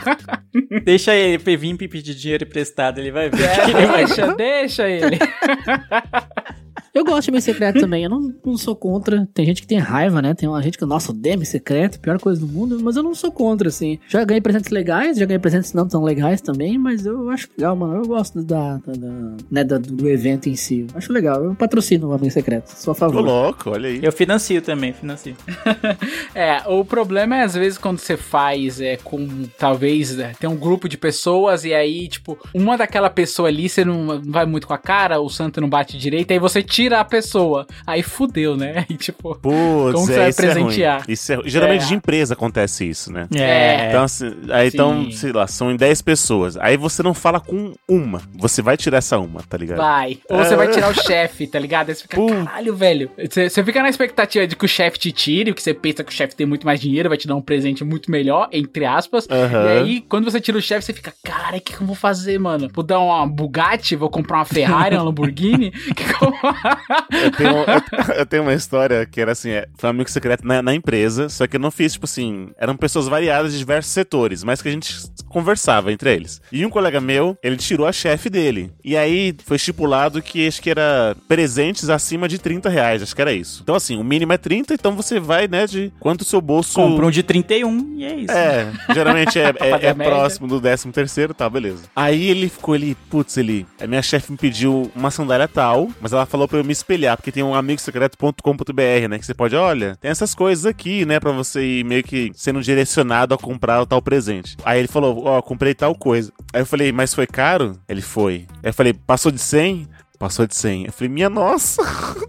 S5: Deixa ele vir pedir dinheiro emprestado, ele vai ver.
S7: É,
S5: ele vai
S7: deixa, deixa ele.
S6: Eu gosto de e-mail secreto também, eu não, não sou contra. Tem gente que tem raiva, né? Tem uma gente que, nossa, odeia e-mail secreto, pior coisa do mundo, mas eu não sou contra, assim. Já ganhei presentes legais, já ganhei presentes não tão legais também, mas eu acho legal, mano. Eu gosto da, da, da, né, do, do evento em si. Acho legal, eu patrocino o e-mail secreto, sou a favor.
S3: Tô louco, olha aí.
S5: Eu financio também, financio.
S7: É, o problema é às vezes quando você faz é, com, talvez, é, tem um grupo de pessoas e aí, tipo, uma daquela pessoa ali, você não, não vai muito com a cara, o santo não bate direito, aí você tira a pessoa. Aí fudeu, né? Aí, tipo,
S3: Puts,
S7: como você
S3: é,
S7: vai
S3: isso
S7: presentear?
S3: É ruim. Isso é, geralmente
S7: É.
S3: de empresa acontece isso, né?
S5: É.
S3: Então, assim, aí
S7: Sim.
S3: então, sei lá, são em dez pessoas. Aí você não fala com uma. Você vai tirar essa uma, tá ligado?
S7: Vai. Ou você vai tirar o chefe, tá ligado? Aí você fica,
S3: Pum.
S7: caralho, velho. Você, você fica na expectativa de que o chefe te tire, que você pensa que o chefe tem muito mais dinheiro, vai te dar um presente muito melhor, entre aspas.
S3: Aham.
S7: E aí, quando você tira o chefe, você fica, cara, o que, que eu vou fazer, mano? Vou dar uma Bugatti? Vou comprar uma Ferrari, uma Lamborghini? Que que eu...
S3: Eu tenho, eu, eu tenho uma história que era assim, é, foi um amigo secreto na, na empresa, só que eu não fiz, tipo assim, eram pessoas variadas de diversos setores, mas que a gente conversava entre eles. E um colega meu, ele tirou a chefe dele. E aí foi estipulado que acho que era presentes acima de trinta reais, acho que era isso. Então assim, o mínimo é trinta, então você vai, né, de quanto o seu bolso...
S5: Compra um de trinta e um e é isso.
S3: É, geralmente é,
S7: Pra fazer
S3: é,
S7: a
S3: é
S7: média.
S3: próximo do décimo terceiro, tá, beleza. Aí ele ficou ali, putz, ele... A minha chefe me pediu uma sandália tal, mas ela falou pra eu me espelhar, porque tem um amigo secreto ponto com ponto b r, né, que você pode, olha, tem essas coisas aqui, né, pra você ir meio que sendo direcionado a comprar o tal presente. Aí ele falou, ó, comprei tal coisa. Aí eu falei, mas foi caro? Ele foi. Aí eu falei, passou de cem? Passou de cem. Eu falei, minha nossa.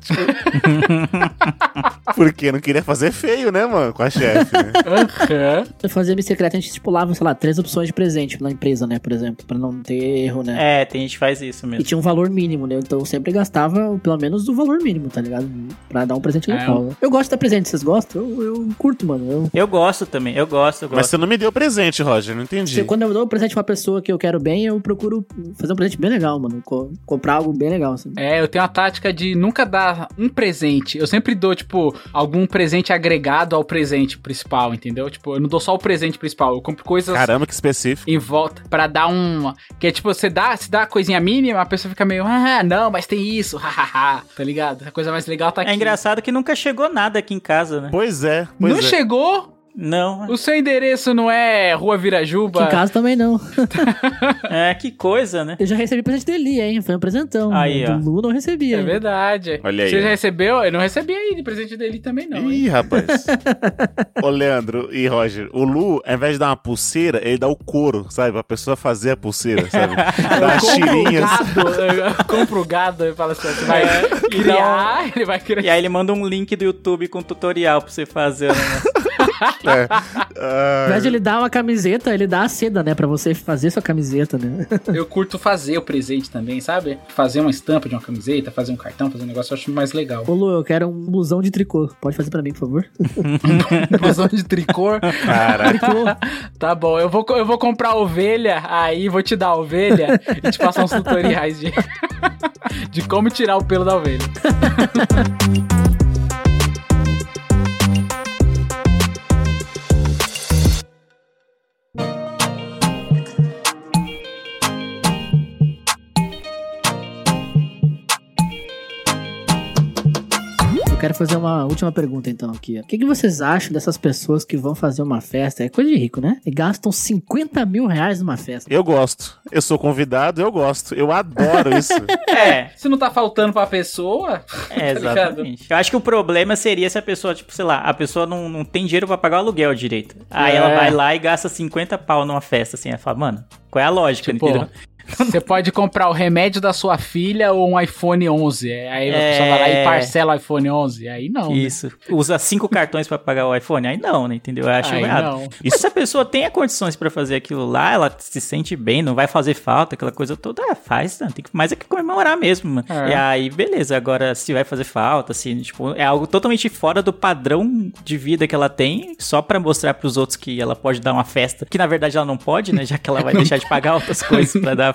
S3: Porque eu não queria fazer feio, né, mano, com a chefe, né?
S7: Uhum.
S6: Eu fazia e-mail secreto, a gente estipulava, sei lá, três opções de presente na empresa, né, por exemplo, pra não ter erro, né?
S5: É, tem gente que faz isso
S6: E
S5: mesmo.
S6: tinha um valor mínimo, né? Então eu sempre gastava pelo menos o valor mínimo, tá ligado? Pra dar um presente legal. né? Eu gosto de dar presente, vocês gostam? Eu, eu curto, mano. Eu,
S5: Eu gosto também, eu gosto, eu gosto.
S3: Mas você não me deu presente, Roger, não entendi.
S6: se- quando eu dou um presente pra uma pessoa que eu quero bem, eu procuro fazer um presente bem legal, mano. Co- comprar algo bem legal, assim.
S7: É, eu tenho a tática de nunca dar um presente. Eu sempre dou, tipo, algum presente agregado ao presente principal, entendeu? Tipo, eu não dou só o presente principal, eu compro coisas
S3: Caramba, que específico.
S7: em volta pra dar um... Que é tipo, você dá, se dá a coisinha mínima, a pessoa fica meio, ah, não, mas tem isso, hahaha, tá ligado? A coisa mais legal tá aqui.
S5: É engraçado que nunca chegou nada aqui em casa, né?
S3: Pois é, pois
S7: Não
S3: é.
S7: chegou?
S5: Não.
S7: O seu endereço não é Rua
S6: Aqui
S7: Virajuba?
S6: em casa também não.
S5: É, que coisa, né?
S6: Eu já recebi presente dele, hein? Foi um presentão.
S5: Aí, ó.
S6: Do Lu não recebi.
S7: É
S6: ainda.
S7: verdade.
S3: Olha aí,
S7: Você já
S3: ó.
S7: recebeu? Eu não recebi aí de presente dele também, não. hein?
S3: Ih, rapaz. Ô, Leandro e Roger, o Lu, ao invés de dar uma pulseira, ele dá o couro, sabe? Pra pessoa fazer a pulseira, sabe? Dá as
S7: Compra o
S3: tirinhas.
S7: gado, eu compro o gado e fala assim, você vai criar, ele vai criar.
S5: E aí ele manda um link do YouTube com tutorial pra você fazer. Né?
S3: É.
S6: Ao invés de ele dar uma camiseta, ele dá a seda, né? Pra você fazer sua camiseta, né?
S7: Eu curto fazer o presente também, sabe? Fazer uma estampa de uma camiseta, fazer um cartão, fazer um negócio, eu acho mais legal.
S6: Ô, Lu, eu quero um blusão de tricô. Pode fazer pra mim, por favor?
S7: Blusão de tricô.
S3: Caraca.
S6: Tricô.
S7: Tá bom, eu vou, eu vou comprar ovelha, aí vou te dar a ovelha e te passar uns tutoriais de, de como tirar o pelo da ovelha.
S6: Eu quero fazer uma última pergunta, então, aqui. ó. O que, que vocês acham dessas pessoas que vão fazer uma festa? É coisa de rico, né? E gastam cinquenta mil reais numa festa.
S3: Eu gosto. Eu sou convidado, eu gosto. Eu adoro isso.
S5: É,
S7: Se não tá faltando pra pessoa,
S5: é,
S7: tá ligado?
S5: exatamente. Eu acho que o problema seria se a pessoa, tipo, sei lá, a pessoa não, não tem dinheiro pra pagar o aluguel direito. Aí
S7: É.
S5: ela vai lá e gasta cinquenta pau numa festa, assim. Ela fala, mano, qual é a lógica,
S7: Tipo,
S5: entendeu?
S7: você pode comprar o remédio da sua filha ou um iPhone onze. Aí a
S5: É.
S7: pessoa vai lá e parcela o iPhone onze. Aí não. né?
S5: Isso. Usa cinco cartões pra pagar o iPhone? Aí não, né? Entendeu? Eu acho
S7: Aí
S5: errado.
S7: não.
S5: E se a pessoa tem as condições pra fazer aquilo lá, ela se sente bem, não vai fazer falta, aquela coisa toda, ah, faz, né? Tem que mais é que comemorar mesmo, mano.
S7: É.
S5: E aí, beleza. Agora, se vai fazer falta, se, tipo, é algo totalmente fora do padrão de vida que ela tem, só pra mostrar pros outros que ela pode dar uma festa, que na verdade ela não pode, né? Já que ela vai deixar de pagar outras coisas pra dar a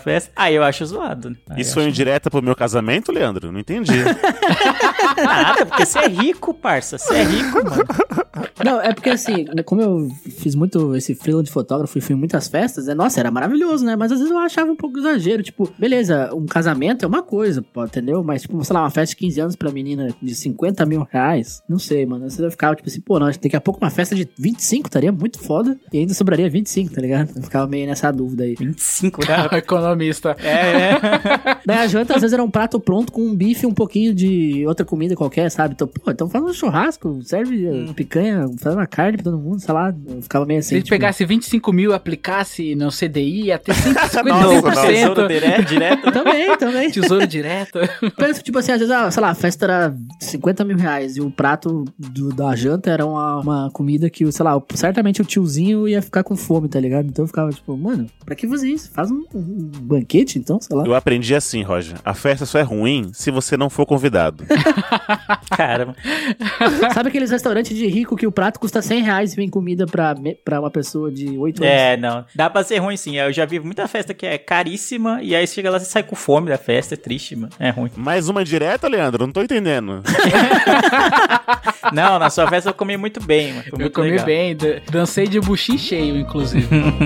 S5: festa. Aí eu acho zoado. Né? Aí
S3: Isso foi
S5: acho...
S3: indireta pro meu casamento, Leandro? Não entendi.
S5: Nada, porque você é rico, parça. Você é rico, mano.
S6: Não, é porque assim, como eu fiz muito esse freela de fotógrafo e fui em muitas festas, é, nossa, era maravilhoso, né? Mas às vezes eu achava um pouco exagero. Tipo, beleza, um casamento é uma coisa, pô, entendeu? Mas, tipo, sei lá, uma festa de quinze anos pra menina de cinquenta mil reais, não sei, mano. Você vai ficar, tipo assim, pô, não, daqui a pouco uma festa de vinte e cinco estaria muito foda e ainda sobraria vinte e cinco, tá ligado? Eu ficava meio nessa dúvida aí.
S5: vinte e cinco, cara.
S7: Economista.
S5: É, é.
S6: Daí a janta, às vezes, era um prato pronto com um bife e um pouquinho de outra comida qualquer, sabe? Então, pô, então faz um churrasco, serve hum. picanha, faz uma carne pra todo mundo, sei lá. Eu ficava meio assim.
S7: Se ele
S6: tipo...
S7: pegasse vinte e cinco mil e aplicasse no C D I, ia ter cento e cinquenta por cento.
S5: Tesouro direto, direto.
S6: Também, também.
S7: Tesouro direto.
S6: Penso, tipo assim, às vezes, ah, sei lá, a festa era cinquenta mil reais e o prato do, da janta era uma, uma comida que, sei lá, certamente o tiozinho ia ficar com fome, tá ligado? Então eu ficava tipo, mano, pra que fazer isso? Faz um, um banquete, então, sei lá.
S3: Eu aprendi assim, Roger. A festa só é ruim se você não for convidado.
S5: Caramba.
S6: Sabe aqueles restaurantes de rico que o prato custa cem reais e vem comida pra, pra uma pessoa de oito anos?
S5: É, não. Dá pra ser ruim sim. Eu já vi muita festa que é caríssima e aí chega lá e sai com fome da festa. É triste, mano. É ruim.
S3: Mais uma direta, Leandro? Não tô entendendo.
S5: Não, na sua festa eu comi muito bem, mano. Foi
S7: eu
S5: muito
S7: comi
S5: legal.
S7: bem. Dancei de buchinho cheio, inclusive.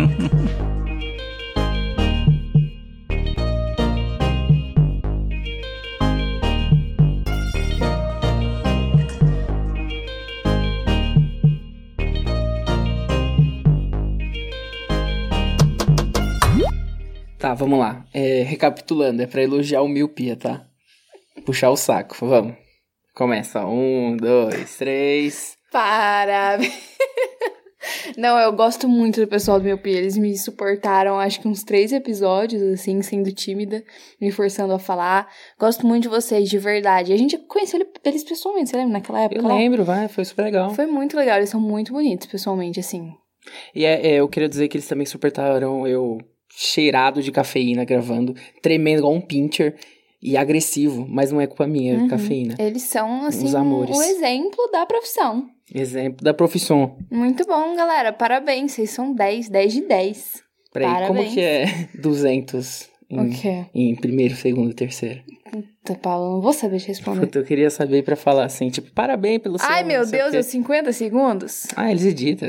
S11: Tá, vamos lá. É, recapitulando, é pra elogiar o Miopia, tá? Puxar o saco, vamos. Começa. Um, dois, três.
S10: Parabéns. Não, eu gosto muito do pessoal do Miopia. Eles me suportaram, acho que uns três episódios, assim, sendo tímida, me forçando a falar. Gosto muito de vocês, de verdade. A gente conheceu eles pessoalmente, você lembra? Naquela época?
S11: Eu lembro, vai, foi super legal.
S10: Foi muito legal, eles são muito bonitos, pessoalmente, assim.
S11: E é, é, eu queria dizer que eles também suportaram eu cheirado de cafeína gravando, tremendo igual um pincher e agressivo, mas não é culpa minha, é
S10: uhum.
S11: cafeína.
S10: Eles são, assim,
S11: os amores.
S10: um exemplo da profissão.
S11: Exemplo da profissão.
S10: Muito bom, galera. Parabéns, vocês são dez, dez de dez.
S11: Peraí,
S10: Parabéns.
S11: como que é duzentos em,
S10: o quê?
S11: em primeiro, segundo e terceiro?
S10: Puta, Paulo, não vou saber te responder.
S11: Puta, eu queria saber pra falar assim, tipo, parabéns pelo seu...
S10: Ai, meu Deus,
S11: é
S10: é cinquenta segundos?
S11: Ah, eles editam.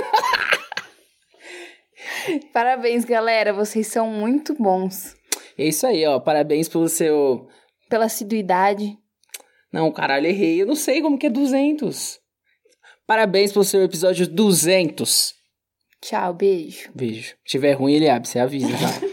S10: Parabéns, galera. Vocês são muito bons.
S11: É isso aí, ó. Parabéns pelo seu...
S10: Pela assiduidade.
S11: Não, caralho, errei. Eu não sei como que é duzentos. Parabéns pelo seu episódio duzentos.
S10: Tchau, beijo.
S11: Beijo. Se tiver ruim, ele abre. Você avisa, tá?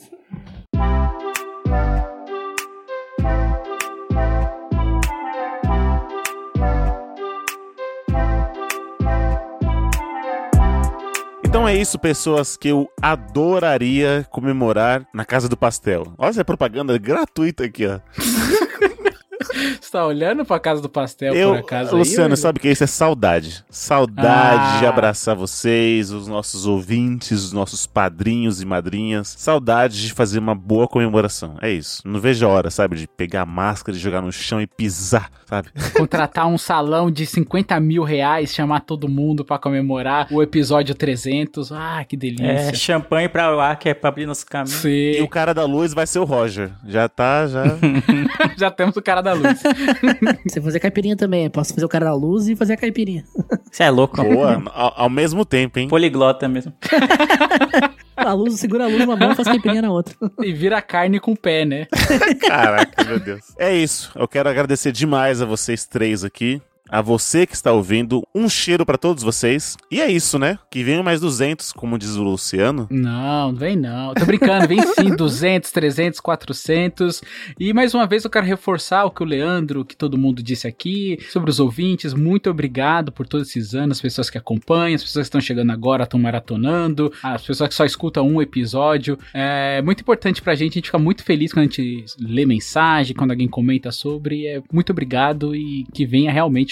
S3: Então é isso, pessoas que eu adoraria comemorar na Casa do Pastel. Olha essa propaganda gratuita aqui, ó.
S7: Você tá olhando pra Casa do Pastel,
S3: eu,
S7: por acaso?
S3: Luciano,
S7: aí,
S3: sabe o que é isso? É saudade. Saudade
S7: ah.
S3: de abraçar vocês, os nossos ouvintes, os nossos padrinhos e madrinhas. Saudade de fazer uma boa comemoração. É isso. Não vejo a hora, sabe? De pegar a máscara, de jogar no chão e pisar, sabe?
S7: Contratar um salão de cinquenta mil reais, chamar todo mundo pra comemorar o episódio trezentos. Ah, que delícia.
S5: É, champanhe pra lá, que é pra abrir nos caminhos.
S7: Sim.
S3: E o cara da luz vai ser o Roger. Já tá, já...
S7: Já temos o cara da luz.
S6: Você fazer caipirinha também. Posso fazer o cara da luz e fazer a caipirinha.
S5: Você é louco.
S3: Boa, ao, ao mesmo tempo, hein?
S5: Poliglota mesmo.
S6: A luz, segura a luz numa mão e faz caipirinha na outra.
S7: E vira carne com o pé, né?
S3: Caraca, meu Deus. É isso. Eu quero agradecer demais a vocês três aqui. A você que está ouvindo, um cheiro pra todos vocês. E é isso, né? Que venham mais duzentos, como diz o Luciano.
S7: Não, vem não. Tô brincando, vem sim, duzentos, trezentos, quatrocentos. E mais uma vez eu quero reforçar o que o Leandro, que todo mundo disse aqui, sobre os ouvintes. Muito obrigado por todos esses anos, as pessoas que acompanham, as pessoas que estão chegando agora, estão maratonando, as pessoas que só escutam um episódio. É muito importante pra gente, a gente fica muito feliz quando a gente lê mensagem, quando alguém comenta sobre. É muito obrigado e que venha realmente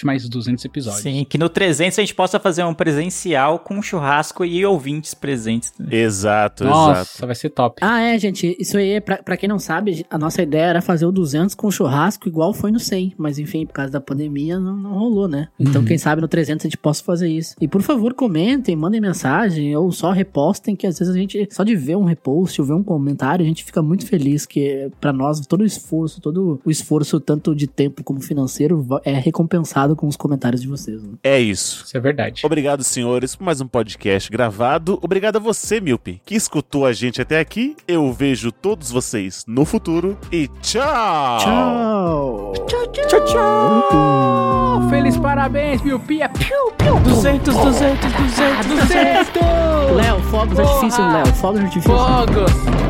S7: durante mais duzentos episódios.
S5: Sim, que no trezentos a gente possa fazer um presencial com churrasco e ouvintes presentes.
S3: Exato,
S7: Nossa,
S3: exato.
S7: vai ser top.
S6: Ah, é, gente, isso aí, pra, pra quem não sabe, a nossa ideia era fazer o duzentos com churrasco igual foi no cem, mas enfim, por causa da pandemia não, não rolou, né? Então
S7: Uhum.
S6: quem sabe no trezentos a gente possa fazer isso. E por favor, comentem, mandem mensagem ou só repostem, que às vezes a gente, só de ver um repost ou ver um comentário, a gente fica muito feliz, que pra nós todo o esforço, todo o esforço tanto de tempo como financeiro é recompensado com os comentários de vocês. Né?
S3: É isso.
S7: Isso é verdade.
S3: Obrigado, senhores, por mais um podcast gravado. Obrigado a você, Miopi, que escutou a gente até aqui. Eu vejo todos vocês no futuro e tchau!
S6: Tchau!
S7: Tchau, tchau! Tchau, tchau! Feliz parabéns, Miopia! Piu, piu!
S5: duzentos, duzentos, duzentos, duzentos!
S6: Léo, fogos
S7: Porra!
S6: artifícios, Léo, fogos artifícios.
S7: Fogos!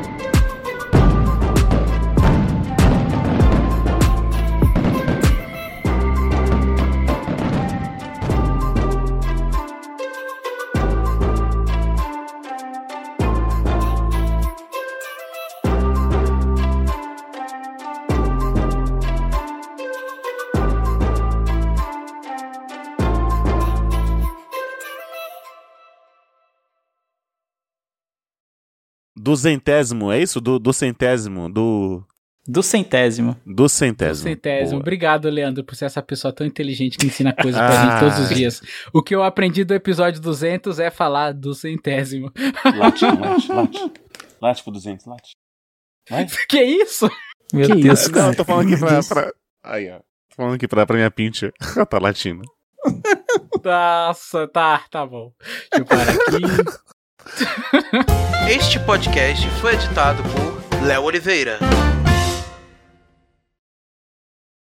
S3: Do centésimo, é isso? Do, do centésimo, do...
S5: Do centésimo.
S3: Do centésimo.
S7: Centésimo.
S3: Boa.
S7: Obrigado, Leandro, por ser essa pessoa tão inteligente que ensina coisas pra gente todos os dias. O que eu aprendi do episódio duzentos é falar do centésimo.
S3: Late, late, late. Late pro duzentos, late. Vai.
S7: Que isso?
S5: Meu
S6: Que
S5: Deus,
S6: isso?
S5: cara.
S3: Não, tô falando aqui pra...
S6: Deus.
S3: pra... Aí, ó. Tô falando aqui pra, pra minha pincha. Tá latindo.
S7: Nossa, tá, tá bom. Deixa eu parar aqui.
S12: Este podcast foi editado por Léo Oliveira.